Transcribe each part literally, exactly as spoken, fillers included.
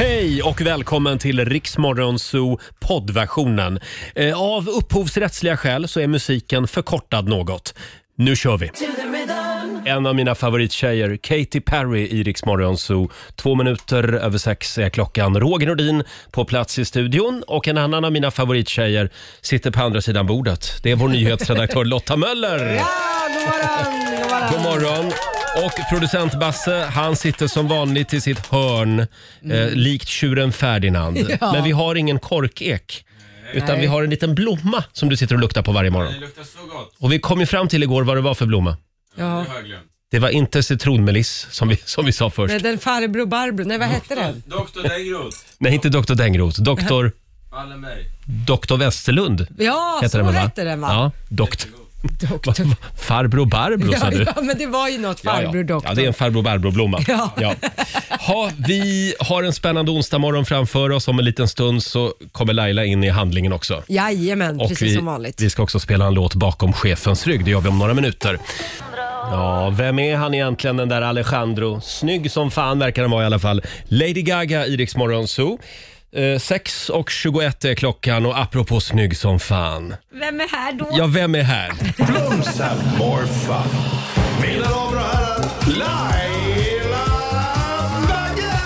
Hej och välkommen till Riksmorgon Zoo poddversionen. Eh, av upphovsrättsliga skäl så är musiken förkortad något. Nu kör vi! En av mina favorittjejer, Katy Perry i Riksmorgon Zoo. Två minuter över sex är klockan. Roger Nordin på plats i studion. Och en annan av mina favorittjejer sitter på andra sidan bordet. Det är vår nyhetsredaktör Lotta Möller. Ja, god morgon, god morgon. God morgon. Och producent Basse, han sitter som vanligt i sitt hörn, mm. eh, likt tjuren Ferdinand. Ja. Men vi har ingen korkek. Utan Nej. vi har en liten blomma som du sitter och luktar på varje morgon. Det luktar så gott. Och vi kom ju fram till igår vad det var för blomma. Ja. Det var inte citronmeliss som vi, som vi sa först. Nej, den farbror Barbro. Nej, vad hette den? Doktor Dengroth. Nej, inte doktor Dengroth. Doktor... Wallenberg. Doktor Westerlund. Ja, heter så den, hette den va? Ja, doktor... Doktor. Farbror Barbro, ja, sa du? Ja, men det var ju något farbror ja, ja. doktor. Ja, det är en farbror Barbro-blomma. Ja. Ja. Ha, vi har en spännande onsdag morgon framför oss. Om en liten stund så kommer Laila in i handlingen också. Jajamän, och precis vi, som vanligt. Vi ska också spela en låt bakom chefens rygg. Det gör vi om några minuter. Ja, vem är han egentligen, den där Alejandro? Snygg som fan verkar han vara i alla fall. Lady Gaga i Riksmorgon Zoo. Eh, sex och tjugoett är klockan och apropå snygg som fan. Vem är här då? Ja, vem är här? Blooms have more fun. Mina damer och herrar, Laila Bagge!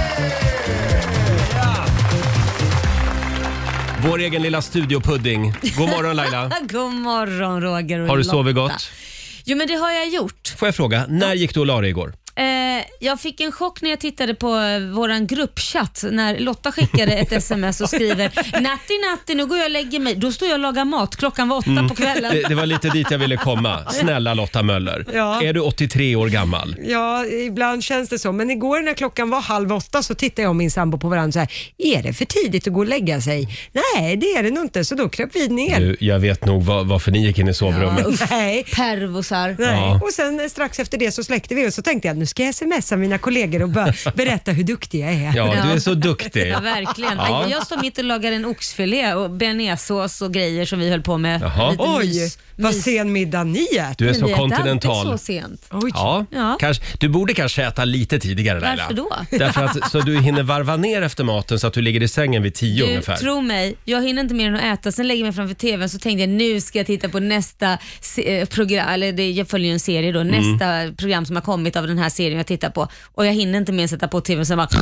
Vår egen lilla studiopudding. God morgon Laila. God morgon Roger och Har du Lotta. sovit gott? Jo, men det har jag gjort. Får jag fråga, när gick du och la dig igår? Eh, jag fick en chock när jag tittade på eh, våran gruppchatt när Lotta skickade ett sms och skriver Natti Natti, nu går jag och lägger mig. Då står jag och lagar mat, klockan var åtta mm. på kvällen. Det, det var lite dit jag ville komma. Snälla Lotta Möller, Ja. Är du åttiotre år gammal? Ja, ibland känns det så. Men igår när klockan var halv åtta så tittade jag och min sambo på varandra så här: är det för tidigt att gå och lägga sig? Nej, det är det nog inte. Så då kröp vi ner. Du, jag vet nog var, varför ni gick in i sovrummet. Ja, Nej. Pervosar. Nej. Ja. Och sen strax efter det så släckte vi och så tänkte jag nu ska jag smsa mina kollegor och bara berätta hur duktig jag är. Ja, du är så duktig. Ja, verkligen. Ja. Jag står mitt och lagar en oxfilé och bearnaisesås och grejer som vi höll på med. Jaha. Lite Oj, mys, vad mys. sen middag ni äter. Du är Men så vi äter kontinental. alltid så sent. Oj. Ja, Ja. Kanske, du borde kanske äta lite tidigare Laila. Varför då? Därför att, så du hinner varva ner efter maten så att du ligger i sängen vid tio Du, ungefär. tro mig, jag hinner inte mer än att äta. Sen lägger jag mig framför tvn så tänkte jag nu ska jag titta på nästa se- program, eller det, jag följer ju en serie då, Mm. nästa program som har kommit av den här serien jag tittar på. Och jag hinner inte mer sätta på tvn så bara...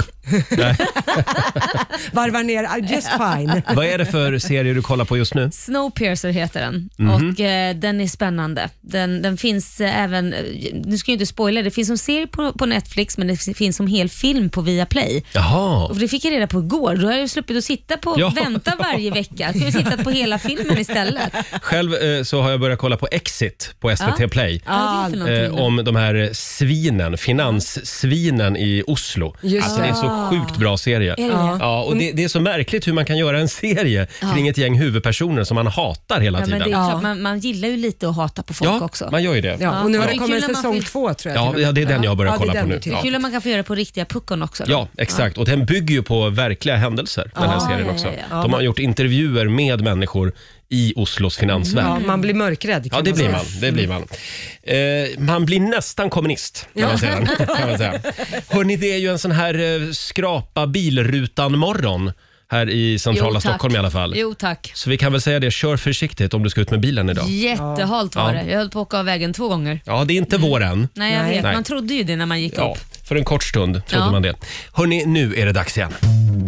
Varvar ner, just fine. Vad är det för serie du kollar på just nu? Snowpiercer heter den Mhm. och eh, den är spännande. Den, den finns eh, även, eh, nu ska jag inte spoila, det finns som serie på, på Netflix men det finns som hel film på Viaplay. Jaha. Och det fick jag reda på igår. Då har jag sluppit att sitta på Ja. vänta varje vecka. Jag kunde titta på hela filmen istället. Själv eh, så har jag börjat kolla på Exit på S V T Ja. Play. Ja, det är för någonting Eh, då. om de här svinen, finanssvinen i Oslo. Just Alltså det är det. så sjukt bra serie. Är det Ja. det? Ja, och det, det är så märkligt hur man kan göra en serie kring ett gäng huvudpersoner som man hatar hela Ja, men tiden. det är Ja. klart, man, man gillar ju lite att hata på folk Ja, också. man gör ju det. Ja, och nu har Ja. det Det är kommit kul när man säsong får- två tror jag. Ja, till och ja, med. det är den jag har börjat Ja, det är kolla den på du nu. tycker. Ja. Kul när man kan få göra på riktiga puckon också. Då. Ja, exakt. Och den bygger ju på verkliga händelser, den här Ja, serien ja, också. ja, ja. De har gjort intervjuer med människor i Oslos finansvärld. Ja, man blir mörkrädd. Ja, kan det blir säga. man. Det blir man. Eh, man blir nästan kommunist, kan man säga. Kan man säga. Hörrni, det är ju en sån här eh, skrapa bilrutan-morgon här i centrala Jo, tack. Stockholm i alla fall. Jo tack. Så vi kan väl säga det, kör försiktigt om du ska ut med bilen idag. Jättehalt var Ja. det. Jag höll på att åka av vägen två gånger. Ja, det är inte vår än. Nej, jag Nej. vet. Nej. Man trodde ju det när man gick Ja, upp. för en kort stund trodde Ja. man det. Hörni, nu är det dags igen.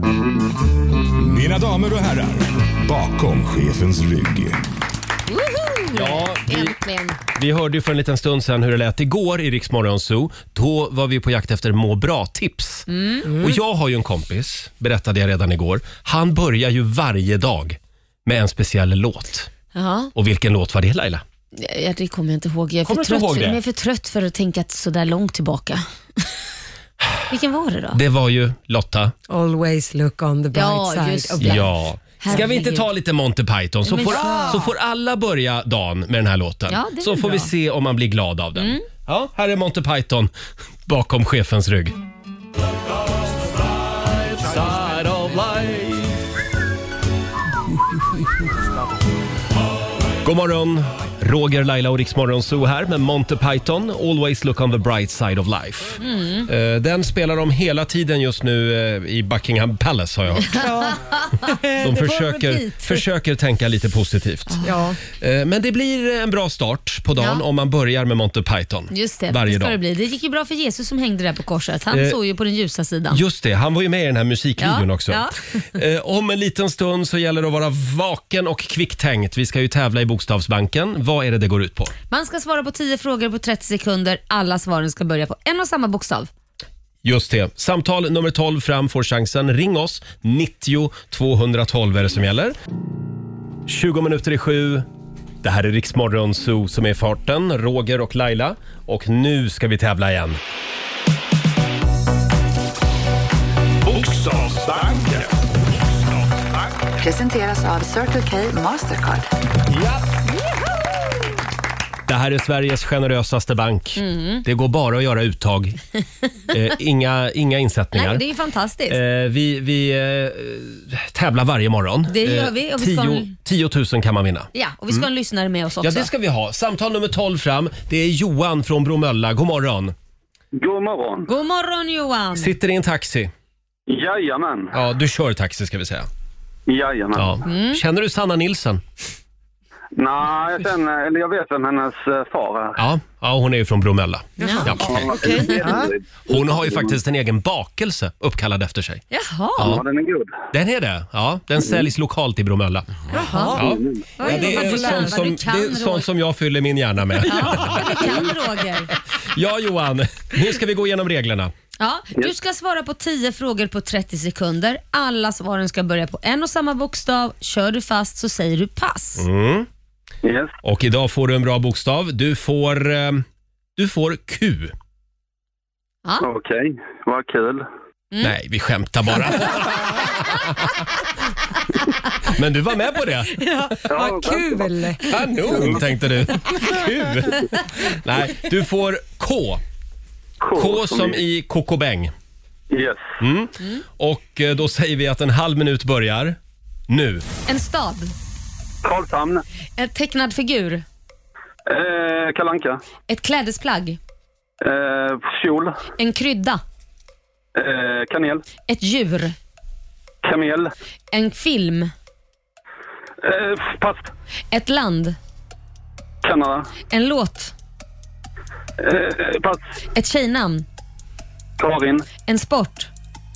Mina damer och herrar, bakom chefens rygg. Ja, vi, Äntligen. vi hörde ju för en liten stund sedan hur det lät igår i Riksmorgon Zoo. Då var vi på jakt efter må bra-tips. Mm. Och jag har ju en kompis, berättade jag redan igår. Han börjar ju varje dag med en speciell låt. Ja, Och vilken låt var det, Laila? ja, det kommer jag inte ihåg. Jag är, för Kommer du inte trött, ihåg för, det? men jag är för trött för att tänka så där långt tillbaka. Vilken var det då? Det var ju Lotta. Always look on the bright Ja, side just of det. life. Ja. Ska vi inte ta lite Monty Python så Men får, ja. så får alla börja dagen med den här låten. Ja, det är så väl får vi bra. se om man blir glad av den. Ja, här är Monty Python bakom chefens rygg. Side of life. God morgon, Roger, Laila och Riksmorgon Zoo här med Monty Python, Always look on the bright side of life. Mm. Uh, den spelar de hela tiden just nu uh, i Buckingham Palace, har jag hört. Ja. De försöker, försöker tänka lite positivt. Ja. Uh, men det blir en bra start på dagen ja. om man börjar med Monty Python. Just det, varje det ska dag. det bli. Det gick ju bra för Jesus som hängde där på korset. Han uh, såg ju på den ljusa sidan. Just det, han var ju med i den här musikvideon ja. också. Ja. uh, om en liten stund så gäller det att vara vaken och kvicktänkt. Vi ska ju tävla i Bokstavsbanken. Vad är det det går ut på? Man ska svara på tio frågor på trettio sekunder. Alla svaren ska börja på en och samma bokstav. Just det. Samtal nummer tolv fram får chansen. Ring oss. nittio tvåhundratolv är det som gäller. tjugo minuter i sju. Det här är Riksmorgon Zoo som är i farten. Roger och Laila. Och nu ska vi tävla igen. Bokstavsbanken. Presenteras av Circle K Mastercard. Ja. Det här är Sveriges generösaste bank. Mm. Det går bara att göra uttag. eh, inga, inga insättningar. Nej, det är ju fantastiskt. Eh, vi vi eh, tävlar varje morgon. Det gör vi. Och vi ska... tio, tio tusen kan man vinna. Ja, och vi ska ha en mm. lyssnare med oss också. Ja, det ska vi ha. Samtal nummer tolv fram. Det är Johan från Bromölla. God morgon. God morgon. God morgon, Johan. Sitter i en taxi? Jajamän. Ja, du kör taxi ska vi säga. Jajamän. Ja. Mm. Känner du Sanna Nilsson? Nej, jag känner, eller jag vet vem hennes far är. Ja, ja, hon är ju från Bromölla. Ja. Ja, okay. Okay. Ja. Hon har ju faktiskt en egen bakelse uppkallad efter sig. Jaha. Ja, den är god. Den är det, ja. Den säljs lokalt i Bromölla. Jaha. Ja. Ja, det är sånt som, det är sånt som jag fyller min hjärna med. Ja, det kan Roger. Ja, Johan. Nu ska vi gå igenom reglerna. Ja, du ska svara på tio frågor på trettio sekunder. Alla svaren ska börja på en och samma bokstav. Kör du fast så säger du pass. Mm. Yes. Och idag får du en bra bokstav. Du får, eh, du får Q. Ja. Okej, okay. Vad kul. Mm. Nej, vi skämtar bara. Men du var med på det. Ja, vad kul. Kanon, tänkte du. Q. Nej, du får K. K, K som i kokobäng. Yes. Mm. Mm. Och eh, då säger vi att en halv minut börjar nu. En stad. Karlshamn. En tecknad figur. Eh, Kalle Anka. Ett klädesplagg. Eh, kjol. En krydda. Eh, kanel. Ett djur. Kamel. En film. Eh, pass. Ett land. Kanada. En låt. Eh, pass. Ett tjejnamn. Karin. En sport.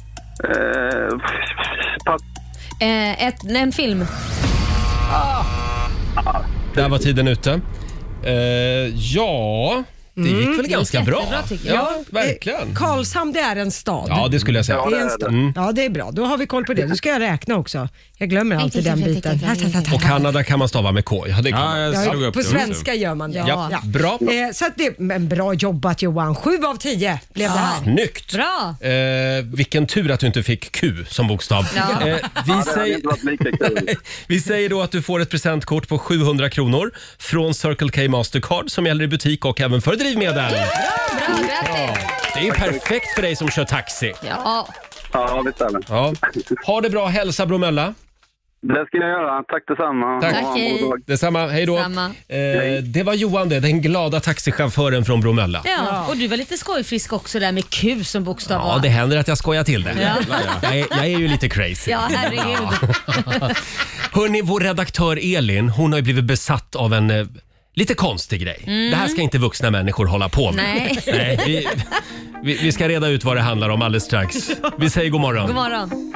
Eh, pass. Eh, ett, en film. Ah. Där var tiden ute. Eh, ja... Det gick väl mm, ganska bra. jag. Ja, verkligen. Karlshamn, det är en stad. Ja, det skulle jag säga. Det är en stad. Mm. Ja, det är bra. Då har vi koll på det. Nu ska jag räkna också. Jag glömmer alltid den biten. Och Kanada kan man stava med K. Ja, det kan ja, jag ja, slog upp på det svenska gör man det. Ja, ja. Bra. Eh, så att det men bra jobbat Johan. Sju av tio blev det här. Snyggt. Bra. Eh, vilken tur att du inte fick Q som bokstav. Ja. Eh, vi, säger, vi säger då att du får ett presentkort på sjuhundra kronor från Circle K Mastercard som gäller i butik och även för drivmedel. Bra, grattis. Det är ju perfekt för dig som kör taxi. Ja. Ja, det stämmer. Ja. Ha det bra, hälsa Bromölla. Det ska jag göra. Tack detsamma. Tack. Tack, hej. Detsamma, hej då. Detsamma. Eh, det var Johan det, den glada taxichauffören från Bromölla. Ja, och du var lite skojfrisk också där med Q som bokstav. Ja, det händer att jag skojar till det. Ja. Jag, är, jag är ju lite crazy. Ja, herregud. Hörrni, vår redaktör Elin, hon har ju blivit besatt av en eh, lite konstig grej. Mm. Det här ska inte vuxna människor hålla på med. Nej. Nej vi, vi, vi ska reda ut vad det handlar om alldeles strax. Vi säger god morgon. God morgon.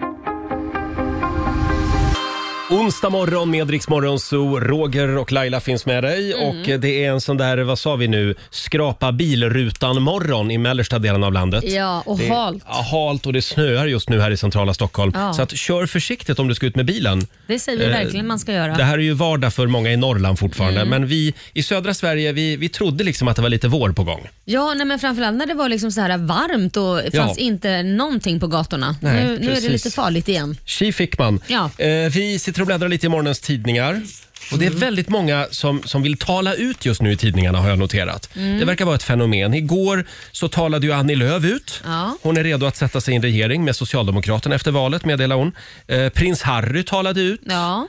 Onsdag morgon med Riksmorgon Zoo. Roger och Laila finns med dig. Mm. Och det är en sån där, vad sa vi nu, skrapa bilrutan morgon i mellersta delen av landet. Ja, och det är, halt. Ja, halt och det snöar just nu här i centrala Stockholm. Ja. Så att kör försiktigt om du ska ut med bilen. Det säger vi Eh, verkligen man ska göra. Det här är ju vardag för många i Norrland fortfarande. Mm. Men vi i södra Sverige, vi, vi trodde liksom att det var lite vår på gång. Ja, nej, men framförallt när det var liksom så här varmt och det fanns Ja. inte någonting på gatorna. Nej, nu, nu är det precis. lite farligt igen. Tji fick man. Ja. Eh, vi sitter och bläddrar lite i morgonens tidningar. Och det är väldigt många som, som vill tala ut just nu i tidningarna har jag noterat. Mm. Det verkar vara ett fenomen. Igår så talade ju Annie Lööf ut. Ja. Hon är redo att sätta sig i en regering med Socialdemokraterna efter valet, meddelar hon. Eh, Prins Harry talade ut. Ja.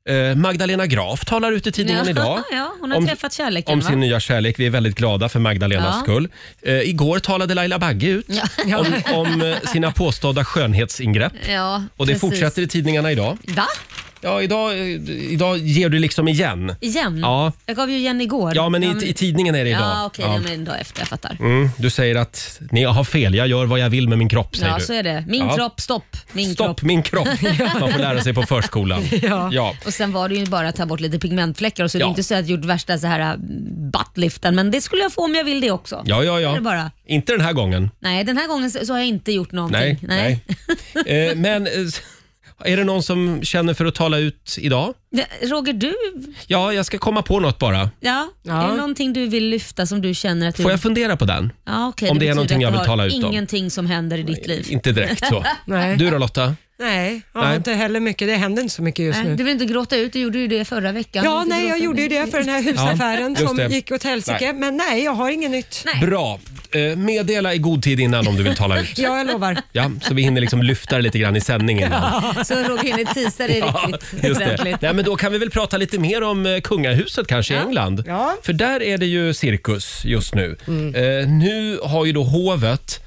Eh, Magdalena Graf talar ut i tidningen Ja, idag. ja, hon har om, träffat kärleken, om va? sin nya kärlek. Vi är väldigt glada för Magdalenas Ja. skull. Eh, igår talade Laila Bagge ut Ja. om, om eh, sina påstådda skönhetsingrepp. Ja, Och det precis. fortsätter i tidningarna idag. Va? Ja, idag, eh, idag ger du liksom igen. Igen? Ja. Jag gav ju igen igår. Ja, men i, i tidningen är det idag. Ja, okej, det är en dag efter, jag fattar. Mm, du säger att ni har fel, jag gör vad jag vill med min kropp, säger Ja, du. så är det. Min Ja. kropp, stopp. Min Stopp kropp. min kropp. Man får lära sig på förskolan. Ja. Ja. Och sen var det ju bara att ta bort lite pigmentfläckar och så är det Ja. inte så att jag gjort värsta så här äh, buttliften, men det skulle jag få om jag vill det också. Ja, ja, Det är ja. det bara. Inte den här gången. Nej, den här gången så så har jag inte gjort någonting. Nej, nej. Eh, men eh, är det någon som känner för att tala ut idag? Det- Roger, du? Ja, jag ska komma på något bara. Ja, Ja. är det någonting du vill lyfta som du känner att du... Får jag fundera på den? Ja, okej, om det är betyder någonting att jag du vill har tala ut om? ingenting som händer i ditt liv. Inte direkt så. Nej. Du då Lotta? Nej, jag har Nej. inte heller mycket. Det händer inte så mycket just Nej, nu. du vill inte gråta ut, du gjorde ju det förra veckan. Ja, Du vill inte nej, jag gråta gjorde ju ut. det för den här husaffären Ja, just som det. gick åt helsike. Nej. Men nej, jag har inget nytt. Nej. Bra. Eh, meddela i god tid innan om du vill tala ut. Ja, jag lovar. Ja, så vi hinner liksom lyfta det lite grann i sändningen. Ja, Så Roger hinner tisa dig riktigt just det. ordentligt. Nej, men då kan vi väl prata lite mer om eh, kungahuset kanske i England. Ja. För där är det ju cirkus just nu. Mm. Eh, nu har ju då hovet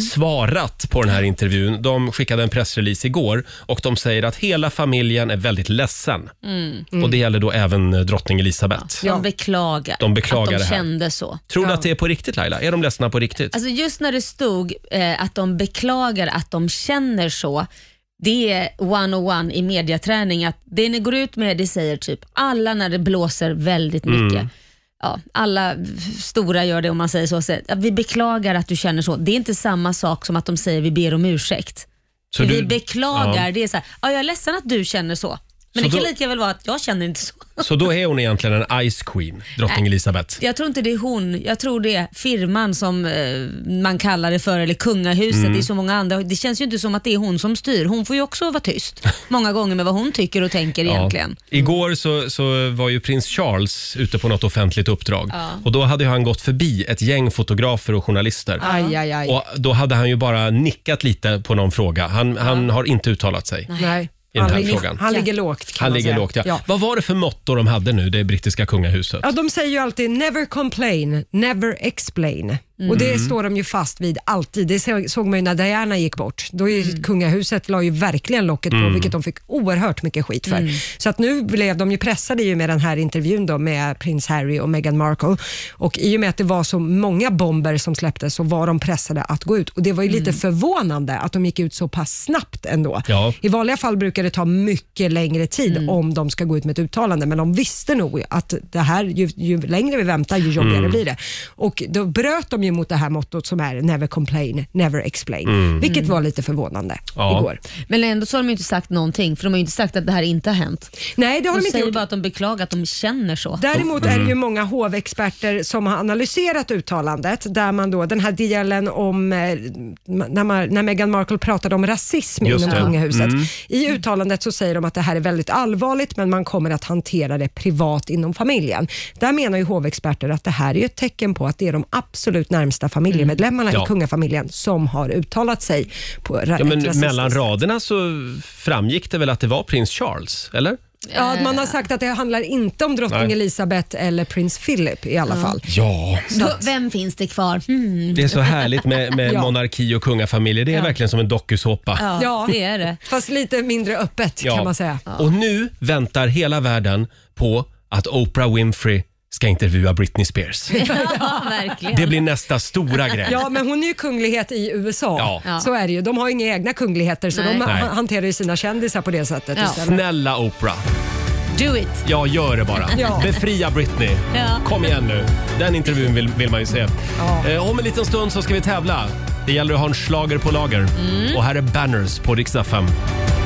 svarat på den här intervjun. De skickade en pressrelease igår och de säger att hela familjen är väldigt ledsen. Mm. Och det gäller då även eh, drottning Elisabeth. De beklagar, De beklagar att de det här. kände så. Tror du att det är på riktigt, Laila? Är de ledsna på riktigt? Alltså just när det stod eh, att de beklagar att de känner så, det är one-on-one i mediaträning. Att det ni går ut med, det säger typ alla när det blåser väldigt mycket. Mm. Ja, alla stora gör det om man säger så. Så, att vi beklagar att du känner så. Det är inte samma sak som att de säger vi ber om ursäkt. Så vi du- beklagar, ja. det är så här, ja, jag är ledsen att du känner så. Men Så det kan då- lika väl vara att jag känner inte så. Så då är hon egentligen en Ice Queen, drottning Nej. Elisabeth. Jag tror inte det är hon. Jag tror det är firman som eh, man kallar det för, eller kungahuset. Mm. Det är så många andra. Det känns ju inte som att det är hon som styr. Hon får ju också vara tyst många gånger med vad hon tycker och tänker egentligen. Igår så, så var ju prins Charles ute på något offentligt uppdrag. Ja. Och då hade han gått förbi ett gäng fotografer och journalister. Aj, aj, aj. Och då hade han ju bara nickat lite på någon fråga. Han, han har inte uttalat sig. Nej. I den här han, ligger, frågan. han ligger lågt kan Han man ligger säga. lågt, ja. Ja. Vad var det för motto de hade nu, det brittiska kungahuset? Ja, de säger ju alltid never complain, never explain. Och det står de ju fast vid alltid. Det så- såg man ju när Diana gick bort. Då är kungahuset la ju verkligen locket på, vilket de fick oerhört mycket skit för. Så att nu blev de ju pressade ju med den här intervjun då med prins Harry och Meghan Markle. Och i och med att det var så många bomber som släpptes så var de pressade att gå ut. Och det var ju lite förvånande att de gick ut så pass snabbt ändå. Ja. I vanliga fall brukar det ta mycket längre tid om de ska gå ut med ett uttalande, men de visste nog att det här, ju, ju längre vi väntar ju jobbigare blir det. Och då bröt de ju mot det här mottot som är never complain, never explain, vilket var lite förvånande Ja. igår. Men ändå så har de ju inte sagt någonting, för de har ju inte sagt att det här inte har hänt. Nej, det har De de inte säger gjort. bara att de beklagar att de känner så. Däremot är det ju många hovexperter som har analyserat uttalandet, där man då, den här delen om eh, när, man, när Meghan Markle pratade om rasism Just inom det. kungahuset. I uttalandet så säger de att det här är väldigt allvarligt, men man kommer att hantera det privat inom familjen. Där menar ju hovexperter att det här är ju ett tecken på att det är de absolut närmsta familjemedlemmarna Ja. i kungafamiljen som har uttalat sig på ra- Ja, men rasistiskt mellan sätt. raderna så framgick det väl att det var prins Charles, eller? Ja, man har sagt att det handlar inte om drottning Nej. Elisabeth eller prins Philip i alla fall. Ja. Då, vem finns det kvar? Hmm. Det är så härligt med, med Ja. monarki och kungafamiljer. Det är verkligen som en dokusåpa. Ja, Ja. det är det. Fast lite mindre öppet Ja. kan man säga. Och nu väntar hela världen på att Oprah Winfrey ska intervjua Britney Spears. Ja, verkligen. Det blir nästa stora grej. Ja, men hon är ju kunglighet i U S A. Ja. Ja. Så är det ju. De har ju inga egna kungligheter, så Nej. de Nej. ha- hanterar ju sina kändisar på det sättet Ja. istället. Snälla Oprah, Do it. ja gör det bara. Ja. Befria Britney. Ja. Kom igen nu. Den intervjun vill, vill man ju se. Ja. Eh, om en liten stund så ska vi tävla. Det gäller att ha en schlager på lager. Mm. Och här är Banners på Rix F M.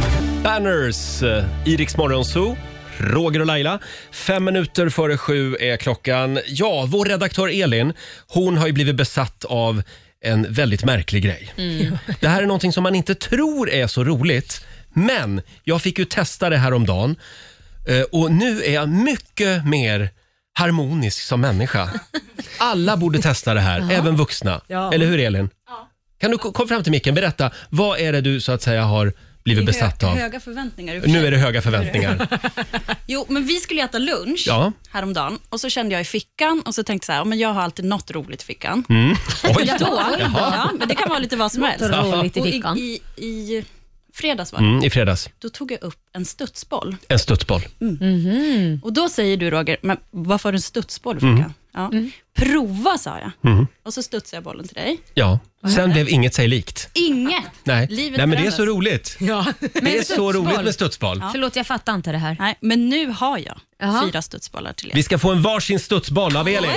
Banners eh, i Rix Morgon Zoo. Roger och Laila. Fem minuter före sju är klockan. Ja, vår redaktör Elin, hon har ju blivit besatt av en väldigt märklig grej. Mm. Det här är någonting som man inte tror är så roligt. Men jag fick ju testa det här om dagen. Eh, Och nu är jag mycket mer harmonisk som människa. Alla borde testa det här, även vuxna. Ja. Eller hur Elin? Kan du ko- komma fram till micken, berätta. Vad är det du så att säga har blivit besatt av. Höga förväntningar. i och för Nu sig. är det höga förväntningar. Jo, men vi skulle äta lunch Ja. häromdagen och så kände jag i fickan och så tänkte så här, men jag har alltid något roligt i fickan. Mm. Oj. Ja, då, ja, men det kan vara lite vad som helst. Något roligt i Och fickan. i, i, i fredags var det. Mm, I fredags. Då tog jag upp en studsboll. En studsboll. Och då säger du, Roger, men varför har du en studsboll i fickan? Mm. Ja. Prova, sa jag. Mm. Och så studsade jag bollen till dig. Ja, sen blev inget sig likt. Inget. Nej, Livet Nej men det är förändras. så roligt. Ja. Det är så studsboll. roligt med studsboll. Ja. Förlåt, jag fattar inte det här. Nej, men nu har jag Jaha. fyra studsbollar till er. Vi ska få en varsin studsboll av Elin.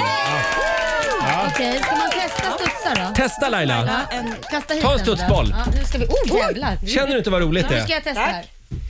Okej, ska man testa studsa då? Testa Laila. Ja, en, kasta hit Ta en den studsboll. då. Ja, nu ska vi... Oh, jävlar! Känner du inte vad roligt det Nu är? ska jag testa här.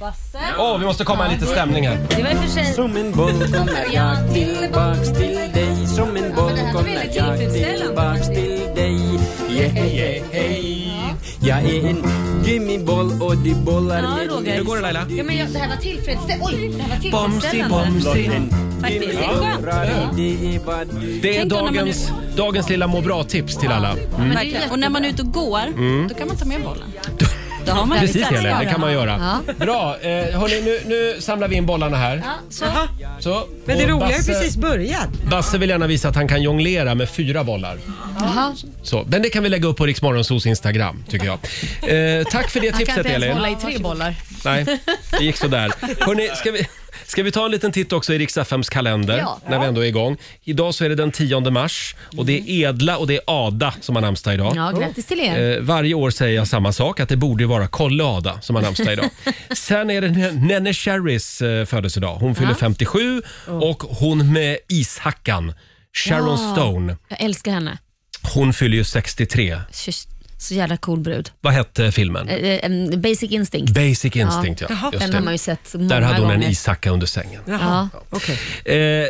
Åh, vi måste komma en liten stämning här. Det var i och för sig... Som en boll kommer jag tillbaks till dig. Som en boll det här var kommer väldigt jag tillfredsställande. tillbaks till dig. Yeah, yeah, hey. Jag är en gummiboll och du bollar Ja, med Roger. Hur går det Laila? Ja, men jag, det här var tillfredsställande. Oj, det här var Bomsi, tillfredsställande. bomsi. Faktiskt. Det är skönt. Det är vad du... Det är Tänk då när man dagens, dagens lilla må bra-tips till alla. Verkligen. Och när man är ute och går, då kan man ta med bollen. Då har man Mm. Precis lite Elin, det kan man göra. Ja. Bra, eh, hörni, nu, nu samlar vi in bollarna här. Ja, så. Så. Men det Och roliga är Basse- precis börjat. Basse vill gärna visa att han kan jonglera med fyra bollar. Jaha. Så, men det kan vi lägga upp på Rix Morgonzos Instagram, tycker jag. Eh, tack för det Han kan tipset inte ens Elin. hålla i tre bollar. Nej, det gick så där. Hörrni, ska vi, ska vi ta en liten titt också i Rix F M:s kalender Ja. när vi ändå är igång. Idag så är det den tionde mars och det är Edla och det är Ada som har namnsdag idag. Ja, grattis till er. Eh, varje år säger jag samma sak, att det borde ju vara Kolle Ada som har namnsdag idag. Sen är det Nene Cherrys eh, födelsedag. Hon fyller femtiosju och hon med ishackan, Sharon Ja. Stone, Jag älskar henne. hon fyller ju sextiotre. Kyss. Så jävla cool brud. Vad hette filmen? Eh, eh, em, Basic Instinct. Basic Instinct, ja. Jaha. Just Den har man det. ju sett många Där hade hon en gånger. ishacka under sängen. Jaha, Ja. okej. Eh,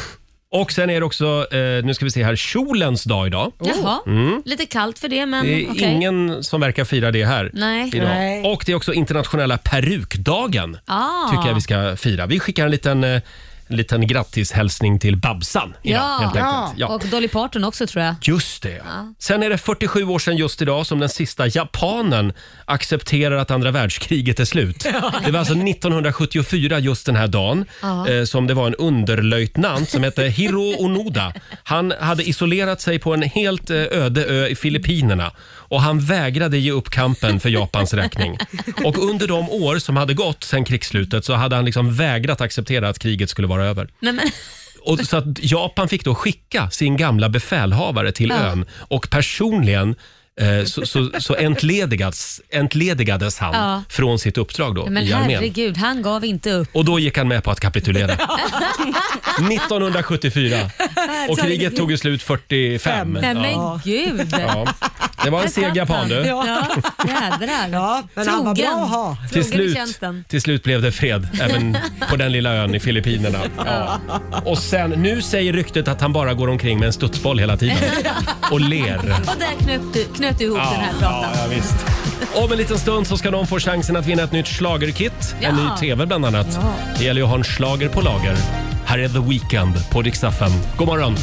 och sen är det också, eh, nu ska vi se här, kjolens dag idag. Jaha, lite kallt för det, men Det är okej. ingen som verkar fira det här Nej. idag. Nej. Och det är också internationella perukdagen. Ah. Tycker jag vi ska fira. Vi skickar en liten, eh, en liten grattishälsning till Babsan idag, Ja. helt enkelt. Ja. Och Dolly Parton också, tror jag. Just det. Sen är det fyrtiosju år sedan just idag som den sista japanen accepterar att andra världskriget är slut. Det var alltså nittonhundrasjuttiofyra just den här dagen Ja. eh, som det var en underlöjtnant som hette Hiro Onoda. Han hade isolerat sig på en helt eh, öde ö i Filippinerna och han vägrade ge upp kampen för Japans räkning. Och under de år som hade gått sedan krigsslutet så hade han liksom vägrat acceptera att kriget skulle vara över. Nej, men, Och så att Japan fick då skicka sin gamla befälhavare till Ja. ön och personligen eh, så, så, så entledigades, entledigades han Ja. från sitt uppdrag då men i armén. herregud, han gav inte upp. Och då gick han med på att kapitulera. nittonhundrasjuttiofyra. Och kriget tog ju slut fyrtiofem. Nej, men Ja. gud. Ja. Det var en seg japan du. Ja. Ja, jädrar. Ja, men han var bra att ha. Till Trogen i slut, tjänsten. till slut blev det fred även på den lilla ön i Filippinerna. Ja. Och sen, nu säger ryktet att han bara går omkring med en studsboll hela tiden och ler. Och där knöt du, knöt du ihop den här pratan. Ja, ja, visst. Om en liten stund så ska de få chansen att vinna ett nytt schlagerkit. En Ja. ny tv bland annat. Ja. Det gäller ju att ha en schlager på lager. Här är The Weeknd på Rix F M. God morgon!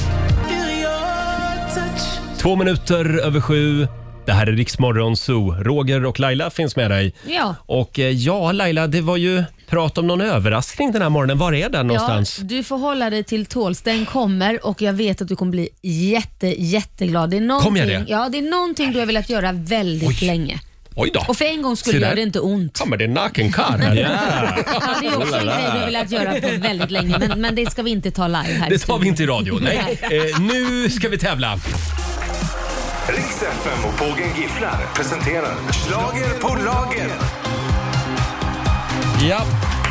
Två minuter över sju. Det här är Rix Morgon Zoo. Roger och Laila finns med dig. Ja. Och eh, ja, Laila, det var ju prat om någon överraskning den här morgonen. Var är den Ja, någonstans? du får hålla dig till tåls. Den kommer och jag vet att du kommer bli jätte, jätteglad. Det är någonting, Kommer jag det? Ja, det är någonting du har velat göra väldigt Oj. länge. Oj då. Och för en gång skulle Se där. göra det inte ont. Kommer det en nakenkarl här? Ja, det är också en grej du har velat göra på väldigt länge, men, men det ska vi inte ta live här. i Det tar vi studion. inte i radio. Nej. Eh, nu ska vi tävla. Rix F M och Pågen Gifflar presenterar Schlager på lager. Ja.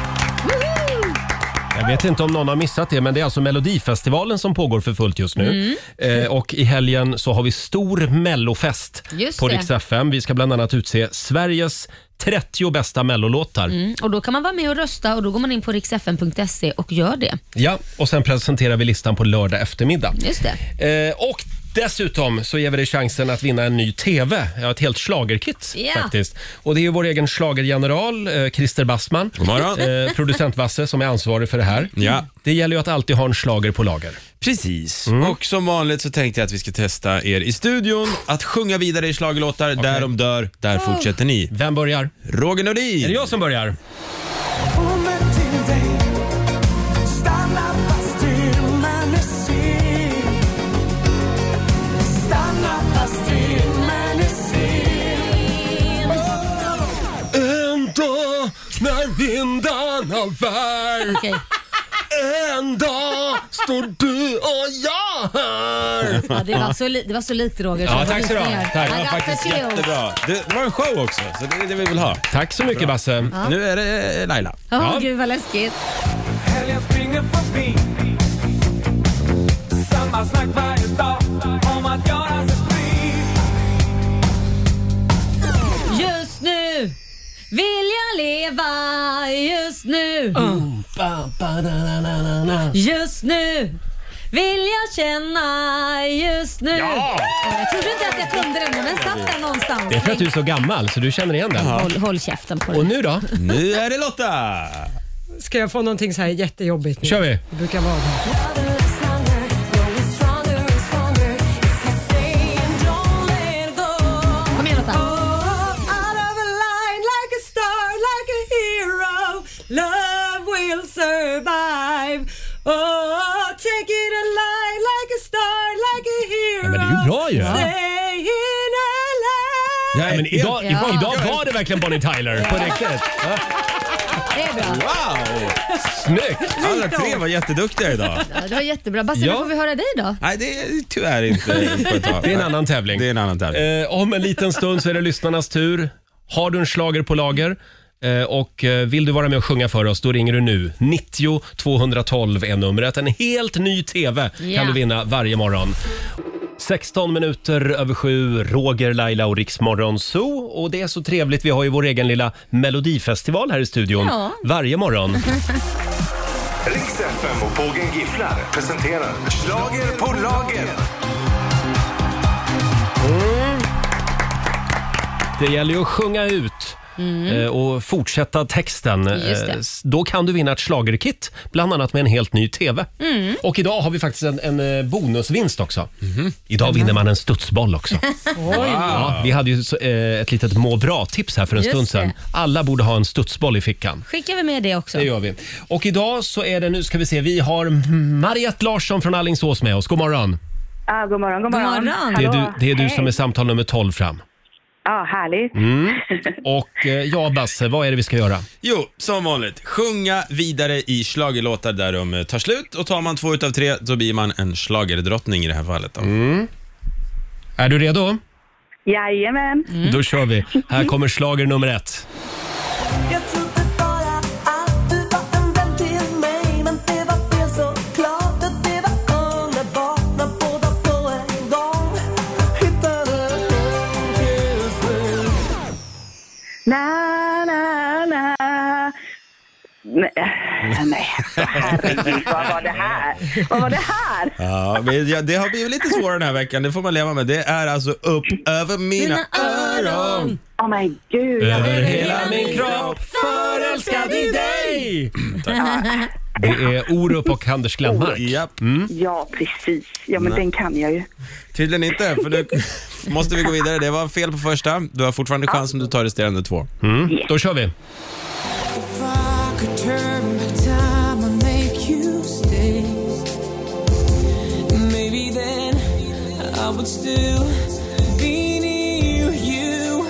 Jag vet inte om någon har missat det, men det är alltså Melodifestivalen som pågår för fullt just nu. Eh, och i helgen så har vi stor mellofest Just på det. Rix F M. Vi ska bland annat utse Sveriges trettio bästa mellolåtar. Mm, och då kan man vara med och rösta och då går man in på riksfn punkt se och gör det. Ja, och sen presenterar vi listan på lördag eftermiddag. Just det. Eh, och Dessutom så ger vi dig chansen att vinna en ny T V. Ja, ett helt schlagerkit Ja. faktiskt. Och det är ju vår egen schlagergeneral eh, Christer Bassman. God morgon. Eh, producent Basse som är ansvarig för det här. Ja. Det gäller ju att alltid ha en schlager på lager. Precis. Och som vanligt så tänkte jag att vi ska testa er i studion att sjunga vidare i schlagerlåtar. Där de dör, där fortsätter ni. Vem börjar? Roger Nordin. Är det jag som börjar? En dag när vindarna bär Okej. En dag står du och jag här. Ja, det, var så li- det var så likt Roger. Ja, tack så du ha. Tack. Det var faktiskt jättebra. Det, det var en show också, så det är det vi vill ha. Tack så mycket Basse. Ja. Nu är det Laila. Åh, Ja. gud vad läskigt. Helgen springer förbi. Samma snack varje dag om att göra sig fri. Just nu vill jag leva. Just nu. Just nu vill jag känna. Just nu. Ja! Jag trodde inte att jag kunde den, men den satt där någonstans. Det är för att du är så gammal så du känner igen den. Håll, håll käften på Och den. nu då? Nu är det Lotta. Ska jag få någonting så här jättejobbigt nu? Kör vi. Det brukar vara det. Kom igen Lotta. Love will survive. Oh, take it alive like a star, like a hero. Ja, men det är ju bra ju. Staying alive. Ja, men idag, Ja. idag var det verkligen Bonnie Tyler på riktigt. Ja. Det är bra. Wow! Snyggt! Alla tre var jätteduktiga idag. Ja, det var jättebra. Basse, Ja. när får vi höra dig då? Nej, det är tyvärr inte på ett tag. Det är en annan tävling. Det är en annan tävling. Eh, om en liten stund så är det lyssnarnas tur. Har du en schlager på lager eh, och eh, vill du vara med och sjunga för oss, då ringer du nu. nittio tvåhundratolv är numret. En helt ny T V Ja. kan du vinna varje morgon. sexton minuter över sju, Roger, Laila och Riksmorgon Zoo. Och det är så trevligt, vi har ju vår egen lilla melodifestival här i studion Ja. varje morgon. Riks F M och Pågen Gifflar presenterar Schlager på lager. Det gäller ju att sjunga ut eh, och fortsätta texten. Just det. Eh, s- Då kan du vinna ett schlagerkit, bland annat med en helt ny T V. Och idag har vi faktiskt en, en eh, bonusvinst också. Idag vinner man en studsboll också. Ja, vi hade ju så, eh, ett litet må bra-tips här för en Just stund sedan. det. Alla borde ha en studsboll i fickan. Skickar vi med det också? Det gör vi. Och idag så är det, nu ska vi se, vi har Mariette Larsson från Alingsås med oss. God morgon. Ah, god morgon, god God morgon. morgon. Det är Hallå. du, det är du Hej. som är samtal nummer tolv fram. Ja, härligt. Och eh, ja, Basse, vad är det vi ska göra? Jo, som vanligt. Sjunga vidare i schlagerlåtar där de eh, tar slut. Och tar man två utav tre, så blir man en schlagerdrottning i det här fallet. Då. Är du redo? Jajamän. Då kör vi. Här kommer schlager nummer ett. Jag trodde bara att du var en vän till mig, men det var fel såklart att det var underbart när båda på en gång hittade hem till slut. Na, na, na. Nej, nej, herregud, vad var det här? Vad var det här? Ja, men ja, det har blivit lite svårare den här veckan. Det får man leva med. Det är alltså upp över mina öron. Åh oh my gud. jag Över vet hela inte. min kropp förälskad i dig. Det är Orup och Anders Glenmark. Japp. Ja, precis. Ja, men Nej. den kan jag ju. Tydligen inte, för nu måste vi gå vidare. Det var fel på första. Du har fortfarande chans om du tar resterande två. Mm. Då kör vi. If I could turn back time and make you stay, maybe then I would still be near you.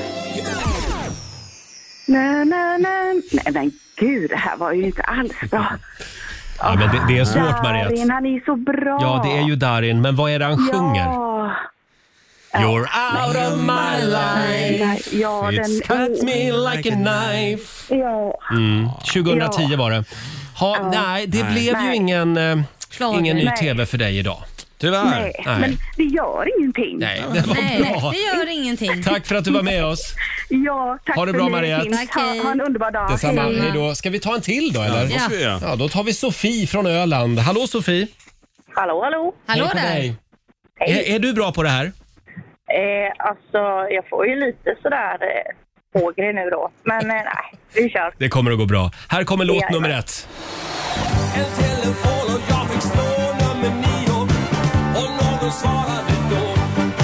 Na, na, na. Nej, men gud, det här var ju inte alls bra. Ja, men det, det är svårt, Mariette. Darin, han är så bra. Ja, det är ju Darin, men vad är det han sjunger? Ja. You're out of my life. Ja, den... It's cut me like a knife. Ja. Mm. tjugohundratio var det. Ha, nej, det Nej. blev ju Nej. ingen, eh, Schlager. ingen ny Nej. T V för dig idag. Tyvärr. Nej, Nej. men det gör ingenting. Nej, det var Nej, bra. det gör ingenting. Tack för att du var med oss. Ja, tack Ha det för bra, mig, Mariette. Kim. Tack, hej. ha, ha en underbar dag. Detsamma. Hej. Hej då. Ska vi ta en till då, eller? det måste vi göra. Ja, då tar vi Sofie från Öland. Hallå, Sofie. Hallå, hallå. Hallå Hej på där. dig. Är, är du bra på det här? Eh, alltså, jag får ju lite sådär eh, pågre nu då. Men eh, nej, vi kör. Det kommer att gå bra. Här kommer låt Ja, nummer ja. ett. En telefon och jag fick slå nummer nio och någon svarade då.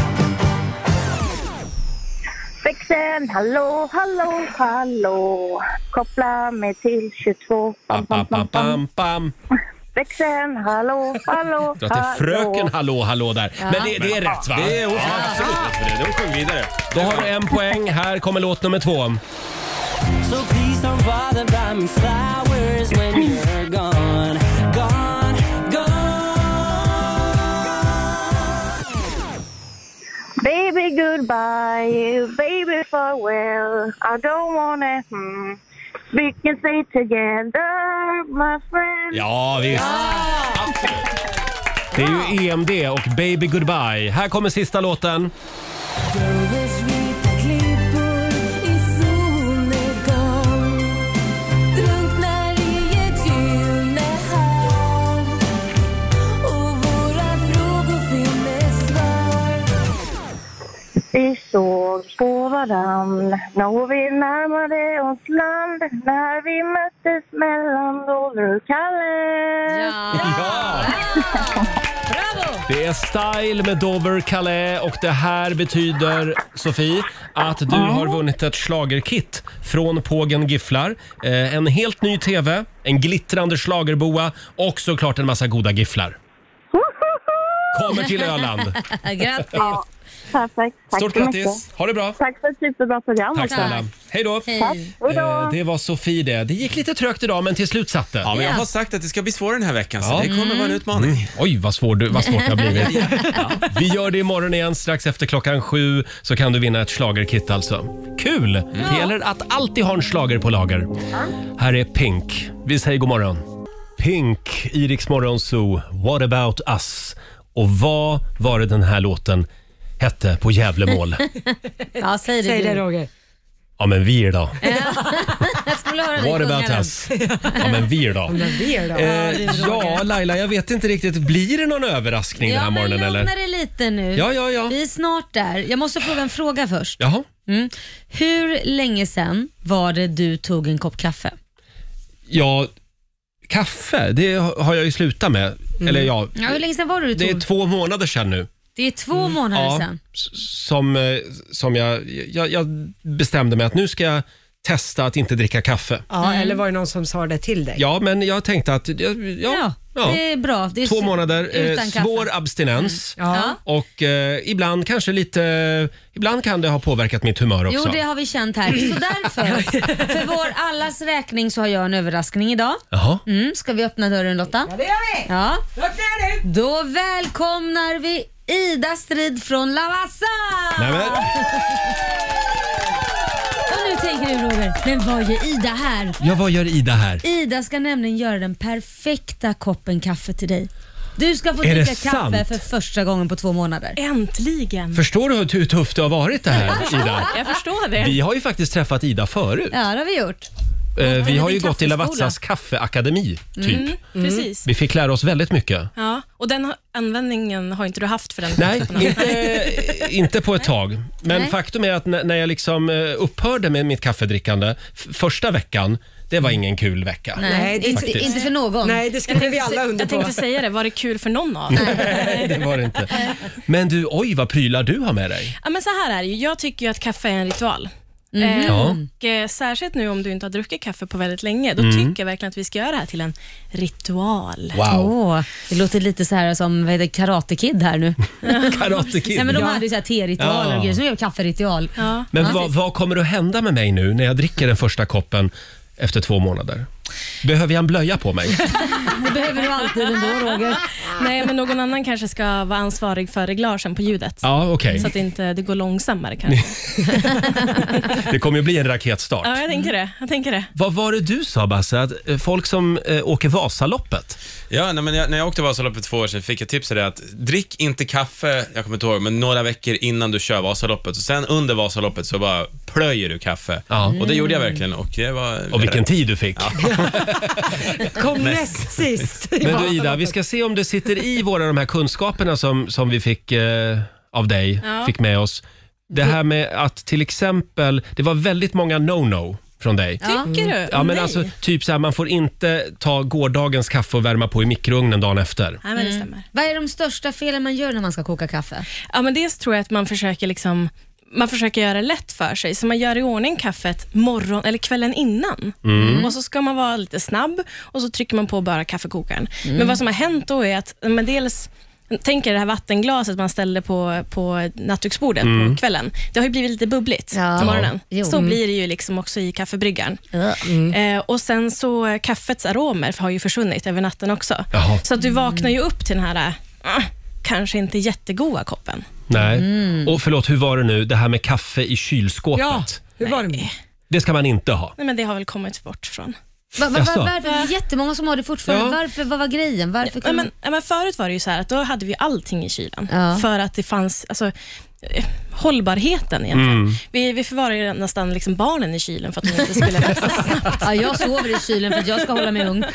Växeln, hallå, hallå, hallå. Koppla mig till tjugotvå. Bam, bam, bam, bam, bam. Växeln, hallå, hallå, Det är fröken hallå, hallå där. Ja. Men det, det är rätt, va? Det är hon som har absolut rätt för det. De sjöng vidare. Då har du en poäng. Här kommer låt nummer två. So please don't bother buy me flowers when you're gone, gone, gone. Baby, goodbye, baby, farewell. I don't wanna, hmm. We can stay together, my friend. Ja, visst. Absolut. Det är ju E M D och Baby Goodbye. Här kommer sista låten. Vi såg på varann när vi närmade oss land. När vi möttes mellan Dover och Kalle. Ja! Det är Style med Dover Calais och det här betyder, Sofie, att du har vunnit ett schlagerkit från Pågen Gifflar. Eh, en helt ny tv, en glittrande schlagerboa och såklart en massa goda gifflar. Kommer till Öland. Grattis! Ja, perfekt. Tack Stort så grattis. mycket. Ha det bra. Tack för ett superbra program. Tack också. snälla. Hej då. Tack. Hej då. Eh, det var Sofie det. Det gick lite trögt idag men till slut satt det. Ja, men jag har sagt att det ska bli svårare den här veckan, så Ja. det kommer vara en utmaning. Mm. Oj, vad, svår, du- vad svårt det har blivit. Vi gör det imorgon igen. Strax efter klockan sju så kan du vinna ett schlagerkit alltså. Kul! Det gäller att alltid ha en schlager på lager. Här är Pink. Vi säger god morgon. Pink, i Rix Morgon Zoo, What about us? Och vad var det den här låten hette på Gävlemål? Ja, säg det Säg du. det Roger. Ja, men vi då? Jag skulle höra dig What sjunga about den. us? Ja, men vi då? Men vi då? Eh, ja, Laila, jag vet inte riktigt. Blir det någon överraskning den här Ja, men morgonen lugna eller? dig lite nu. Ja, ja, ja. Vi är snart där. Jag måste fråga en fråga först. Jaha. Mm. Hur länge sedan var det du tog en kopp kaffe? Ja, kaffe, det har jag ju slutat med. Mm. Eller ja, Ja, hur länge sedan var det du tog? det är två månader sedan nu. Det är två månader Ja, sedan. s- som, eh, som jag, jag, jag bestämde mig att nu ska jag testa att inte dricka kaffe. Ja, eller var det någon som sa det till dig? Ja, men jag tänkte att ja, ja, ja. Det är bra. Det är Två s- månader, eh, utan kaffe. svår abstinens Ja. och eh, ibland kanske lite, ibland kan det ha påverkat mitt humör också. Jo, det har vi känt här. Så därför, för vår allas räkning så har jag en överraskning idag. Jaha. Mm, ska vi öppna dörren Lotta? Ja, det gör vi! Ja. Öppna nu! Då välkomnar vi Ida Strid från Lavassa! Nämen. Och nu tänker du Roger, men vad gör Ida här? Ja, vad gör Ida här? Ida ska nämligen göra den perfekta koppen kaffe till dig. Du ska få Är det dricka kaffe sant? för första gången på två månader. Äntligen. Förstår du hur tufft det har varit det här, Ida? Jag förstår det. Vi har ju faktiskt träffat Ida förut. Ja, det har vi gjort. Eh, vi har ju din gått i kaffeskola. Lavazzas kaffeakademi, typ. Mm, precis. Vi fick lära oss väldigt mycket. Ja, och den har- användningen har inte du haft för den Nej, koppen? inte, inte på ett tag. Men Nej. faktum är att n- när jag liksom eh, upphörde med mitt kaffedrickande f- första veckan, det var ingen kul vecka. Nej, Nej, det- inte, faktiskt. inte för någon. Nej, det skriver vi alla under Jag på. tänkte säga det, var det kul för någon av? Nej, det var det inte. Men du, oj vad prylar du har med dig. Ja, men så här är det ju. Jag tycker ju att kaffe är en ritual. Mhm. Eh, Ja. och eh, särskilt nu om du inte har druckit kaffe på väldigt länge, då Mm. tycker jag verkligen att vi ska göra det här till en ritual. Wow. Åh, det låter lite så här som vad heter det, Karate Kid här nu. Karate Kid. Nej, men de Ja. hade ju så här te-ritualer Ja. och grejer, som gör kafferitual. Ja. Men Ja. vad, vad kommer att hända med mig nu när jag dricker den första koppen efter två månader? Behöver jag en blöja på mig? Det behöver du alltid ändå Roger. Nej, men någon annan kanske ska vara ansvarig för reglagen på ljudet. Ja, okej. Så att det inte det går långsammare kanske. Det kommer ju bli en raketstart. Ja, jag tänker det. Jag tänker det. Vad var det du sa, Basse? Att eh, folk som eh, åker Vasaloppet? Ja, nej, men jag, när jag åkte Vasaloppet två år sedan fick jag tips det att drick inte kaffe, jag kommer inte ihåg, men några veckor innan du kör Vasaloppet. Och sen under Vasaloppet så bara plöjer du kaffe. Ja. Och det gjorde jag verkligen. Och, det var Och vilken tid du fick. Ja. Kom näst sist. Men du Ida, vi ska se om det sitter i våra de här kunskaperna som, som vi fick eh, av dig, Ja. fick med oss. Det här med att till exempel, det var väldigt många no-no från dig. Tycker du? Ja, men Nej. alltså typ så här, man får inte ta gårdagens kaffe och värma på i mikrougnen dagen efter. Nej, men det stämmer. Vad är de största felen man gör när man ska koka kaffe? Ja, men dels tror jag att man försöker liksom man försöker göra det lätt för sig, så man gör i ordning kaffet morgon eller kvällen innan. Mm. Och så ska man vara lite snabb och så trycker man på bara kaffekokaren. Mm. Men vad som har hänt då är att men dels tänker det här vattenglaset man ställde på, på nattduksbordet Mm. på kvällen. Det har ju blivit lite bubbligt Ja. till morgonen. Jo. Så Mm. blir det ju liksom också i kaffebryggaren. Mm. Eh, och sen så kaffets aromer har ju försvunnit över natten också. Jaha. Så att du vaknar ju upp till den här äh, kanske inte jättegoda koppen. Nej. Mm. Och förlåt, hur var det nu? Det här med kaffe i kylskåpet. Ja, hur var det? Det ska man inte ha. Nej, men det har väl kommit bort från. Va, va, Jaså? va, varför? Det är jättemånga som har det fortfarande. Ja. Varför? Vad var grejen? Varför Ja, kan men, ja, men förut var det ju så här att då hade vi allting i kylen. Ja. För att det fanns alltså, eh, hållbarheten egentligen. Mm. Vi, vi förvarar ju nästan liksom barnen i kylen för att de inte skulle växa så snabbt. Ja, jag sover i kylen för att jag ska hålla mig ung.